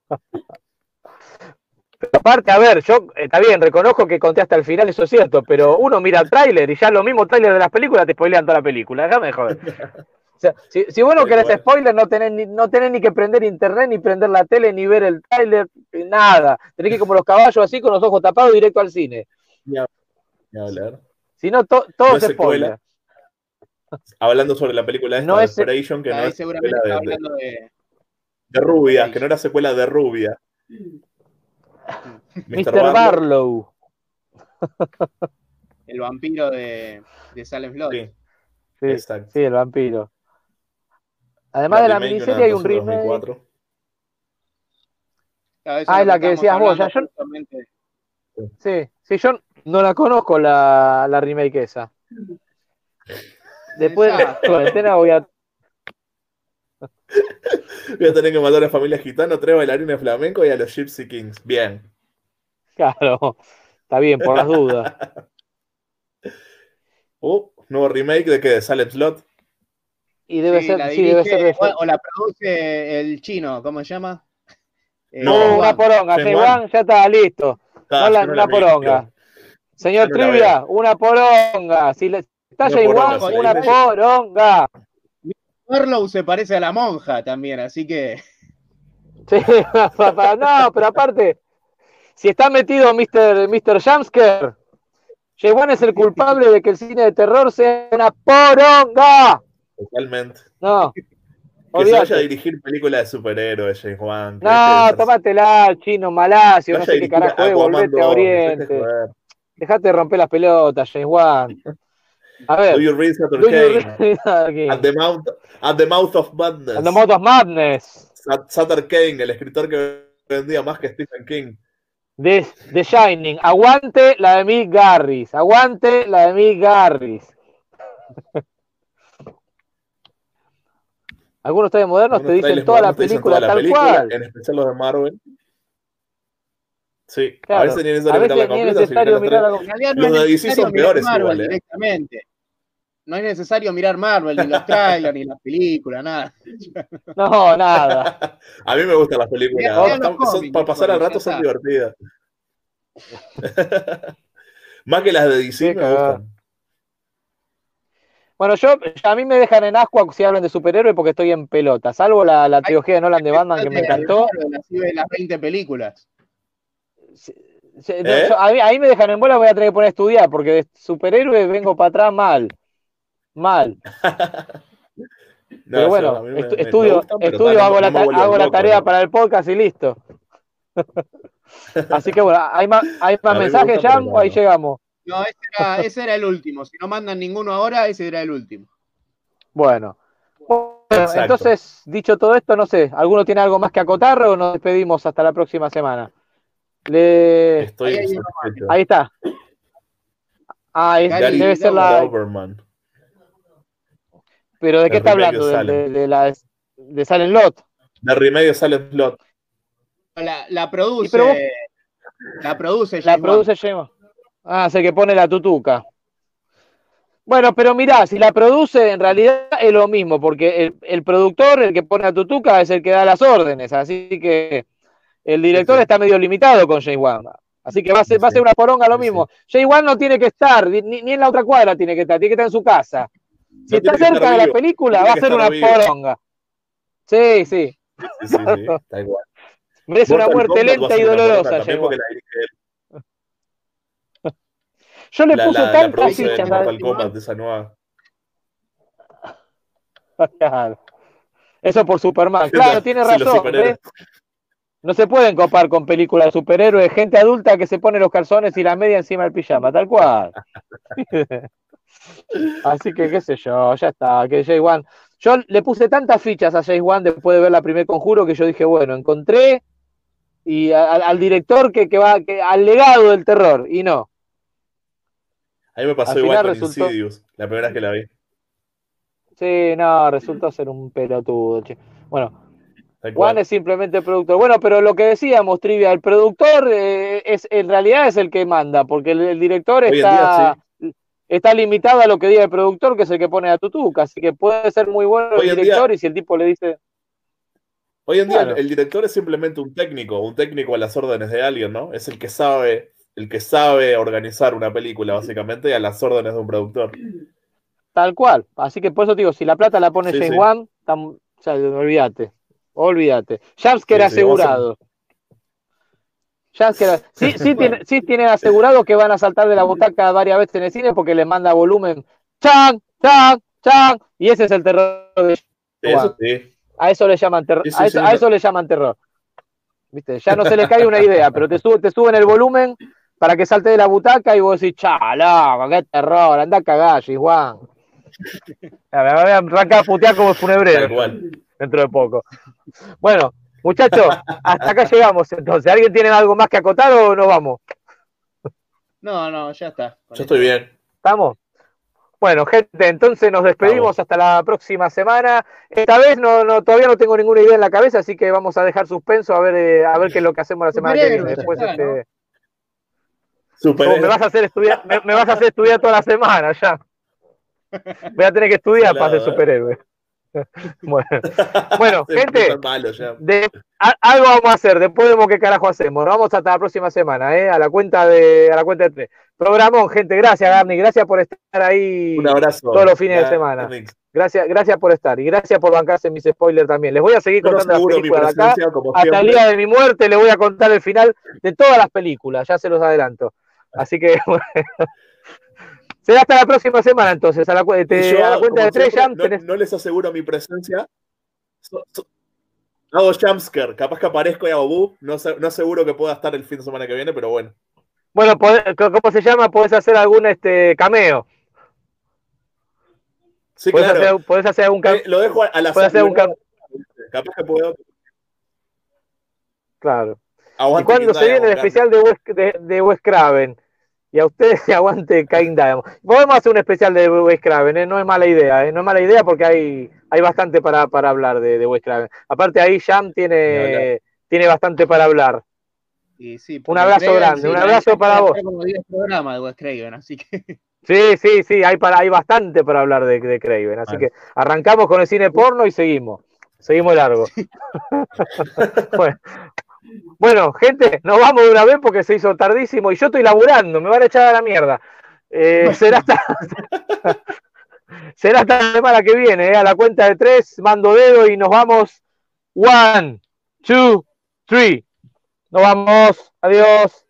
Aparte, a ver, yo, eh, está bien, reconozco que conté hasta el final, eso es cierto, pero uno mira el tráiler y ya los mismos tráiler de las películas te spoilean toda la película, déjame de joder. O sea, si, si vos no Tal querés cual. spoiler, no tenés, ni, no tenés ni que prender internet, ni prender la tele, ni ver el tráiler, eh, nada. Tenés que ir como los caballos así, con los ojos tapados, directo al cine. Ni a- ni hablar. Si no, to- todo No es es secuela. spoiler. Hablando sobre la película esta, No es- Desperation, que no Ahí es seguramente secuela está de, de, hablando de... de Rubia, que no era secuela de Rubia. mister Barlow. el vampiro de, de Salem Slot. Sí, Sí, exacto. sí, el vampiro. Además de la remake, miniserie una hay un adaptación de remake. dos mil cuatro. Claro, eso Ah, lo es la que estamos decías vos, hablando ya yo- justamente. Sí, sí, yo no la conozco la, la remake esa. Después de la Exacto. cuarentena voy a... Voy a tener que matar a la familia gitana, tres bailarines de flamenco y a los Gypsy Kings. Bien. Claro, está bien, por las dudas. Uh, nuevo remake de que de Salem Slot. Y debe Sí, ser, la sí, debe dirige, ser de... bueno, o la produce el chino, ¿cómo se llama? Eh, No, No, James una Wan. poronga, James James Wan. Wan, ya está, listo. Ah, No la- yo no una la vi, poronga. tío. Señor Yo no la Trivia, una poronga. Si le... está Una James poronga, Wan, sí. una poronga. Barlow se parece a la monja también, así que... Sí, papá, no, pero aparte, si está metido mister mister Jamsker, James Wan es el culpable de que el cine de terror sea una poronga. Totalmente. No, Que se vaya a olvídate. dirigir películas de superhéroes, James Wan. que No, deje de- tomátela, chino, malacio, vaya no a sé qué dirigir carajo es, Aquaman volvete a dos, Oriente. dejate de joder. Dejate de romper las pelotas, James Wan. A Do ver, you read Sutter do you Kane? read aquí? At the mouth, at the mouth of madness. And the Mouth of Madness. Sat- Sutter Kane, el escritor que vendía más que Stephen King. The, The Shining. Aguante la de Mick Garris. Aguante la de Mick Garris. Algunos trailers modernos te dicen toda la película tal cual. En especial los de Marvel. Sí, claro, a veces ni es necesario mirar la completa. Necesario mirar la... Los de D C son peores igual, ¿eh? Directamente. No es necesario mirar Marvel, ni los trailers, ni las películas, nada. No, nada. A mí me gustan las películas. Son, cómics, son, para pasar al rato son divertidas. Más que las de D C me gustan. Bueno, yo, a mí me dejan en ascuas si hablan de superhéroes porque estoy en pelota. Salvo la, la trilogía de Nolan de Batman que me encantó. De las veinte películas. ¿Eh? Yo, a, mí, a mí me dejan en bola, voy a tener que poner a estudiar porque de superhéroes vengo para atrás mal. Mal. No, pero bueno, me, estu me, estudio, me gustan, pero estudio, hago, no, la, no hago loco, la tarea ¿no? para el podcast y listo. Así que bueno, ¿hay más, hay más mensajes ya o ahí llegamos? No, ese era, ese era el último. Si no mandan ninguno ahora, ese era el último. Bueno. bueno entonces, dicho todo esto, no sé, ¿alguno tiene algo más que acotar o nos despedimos hasta la próxima semana? Le... Estoy ahí, ahí está. Ah, es, Gary, debe ser la... Doberman. ¿Pero de qué está hablando? De, de, de, la, de Silent Lot. De remake de Silent Lot. La, la produce. Vos... La produce La produce James. Ah, es el que pone la tutuca. Bueno, pero mirá, si la produce, en realidad es lo mismo, porque el, el productor, el que pone la tutuca, es el que da las órdenes. Así que el director sí, sí. está medio limitado con James Wan. Así que va a ser, sí, va a ser una poronga lo sí, mismo. Sí. James Wan no tiene que estar, ni, ni en la otra cuadra tiene que estar, tiene que estar en su casa. Si no está cerca de la película, va a ser una vivo. poronga. Sí, sí. Sí, sí, sí, está igual. Merece una muerte lenta y dolorosa. Yo le la, puse la, tantas fichas. Mortal Kombat de esa nueva. Eso por Superman. Claro, tiene razón. ¿eh? No se pueden copar con películas de superhéroes, gente adulta que se pone los calzones y la media encima del pijama, tal cual. Así que qué sé yo, ya está, que James Wan. Yo le puse tantas fichas a James Wan después de ver la primer Conjuro que yo dije, bueno, encontré y a, a, al director que, que va, que, al legado del terror, y no. A mí me pasó al igual con resultó... Insidious, la primera vez que la vi. Sí, no, resultó ser un pelotudo. Che. Bueno, Wan es simplemente el productor. Bueno, pero lo que decíamos, Trivia, el productor eh, es en realidad es el que manda, porque el, el director Hoy está... Día, sí. Está limitado a lo que diga el productor, que es el que pone a tutuca, así que puede ser muy bueno el director día, y si el tipo le dice... Hoy en día claro. el, el director es simplemente un técnico, un técnico a las órdenes de alguien, ¿no? Es el que sabe, el que sabe organizar una película, básicamente, a las órdenes de un productor. Tal cual, así que por eso digo, si la plata la pone sí, James sí. Wan, tam... o sea, olvídate, olvídate. Jumpscare sí, sí, asegurado. Jumpscare, sí, sí, tiene, sí tiene asegurado que van a saltar de la butaca varias veces en el cine porque le manda volumen chan, chan, chan, y ese es el terror de sí, eso sí. A eso le llaman terror, sí, sí, a, eso, sí, a eso le llaman terror. ¿Viste? Ya no se le cae una idea, pero te, sube, te suben el volumen para que salte de la butaca y vos decís, chalo, qué terror, anda a cagar, Juan. Me voy a arrancar a putear como funebrero dentro de poco. Bueno, muchachos, hasta acá llegamos entonces. ¿Alguien tiene algo más que acotar o nos vamos? No, no, ya está. Yo estoy bien. ¿Estamos? Bueno, gente, entonces nos despedimos vamos. Hasta la próxima semana. Esta vez no, no, todavía no tengo ninguna idea en la cabeza, así que vamos a dejar suspenso a ver, eh, a ver qué es lo que hacemos la semana que viene. Después, está, este... ¿no? me vas a hacer estudiar, me, me vas a hacer estudiar toda la semana ya. Voy a tener que estudiar Salado, para ser superhéroe. Bueno, bueno gente, malo, de, a, algo vamos a hacer, después vemos qué carajo hacemos. Nos vamos hasta la próxima semana, ¿eh? a la cuenta de a la cuenta de tres. Programón, gente, gracias Garni, gracias por estar ahí Un abrazo. todos los fines de semana. Gracias, gracias por estar y gracias por bancarse mis spoilers también. Les voy a seguir contando las películas de acá. Hasta el día de mi muerte les voy a contar el final de todas las películas, ya se los adelanto. Así que bueno. Será hasta la próxima semana entonces, a la, te, yo, a la cuenta de tres ya. No, tenés... no les aseguro mi presencia. So, so, hago jumpscare, capaz que aparezco y hago buh. No, no aseguro que pueda estar el fin de semana que viene, pero bueno. Bueno, ¿cómo se llama? Podés hacer algún este cameo. Sí, ¿Podés claro. Hacer, podés hacer algún cameo. Eh, lo dejo a la hacer un cam... Capaz que puedo. Claro. Aguante ¿Y cuándo King se viene el Diamond, especial de Wes, de, de Wes Craven? Y a ustedes se aguante King Diamond. Podemos hacer un especial de Wes Craven, ¿eh? No es mala idea, ¿eh? No es mala idea porque hay, hay bastante para, para hablar de, de Wes Craven. Aparte ahí Jam tiene, tiene bastante para hablar. Y sí, un abrazo Craven, grande, sí, un abrazo hay, para hay vos. como diez programas de Wes Craven, así que... Sí, sí, sí, hay, para, hay bastante para hablar de, de Craven. Así vale. que arrancamos con el cine porno y seguimos. Seguimos largo. Sí. bueno. Bueno, gente, nos vamos de una vez porque se hizo tardísimo y yo estoy laburando, me van a echar a la mierda. Eh, será, hasta, será hasta la semana que viene, eh, a la cuenta de tres, mando dedo y nos vamos. One, two, three. Nos vamos. Adiós.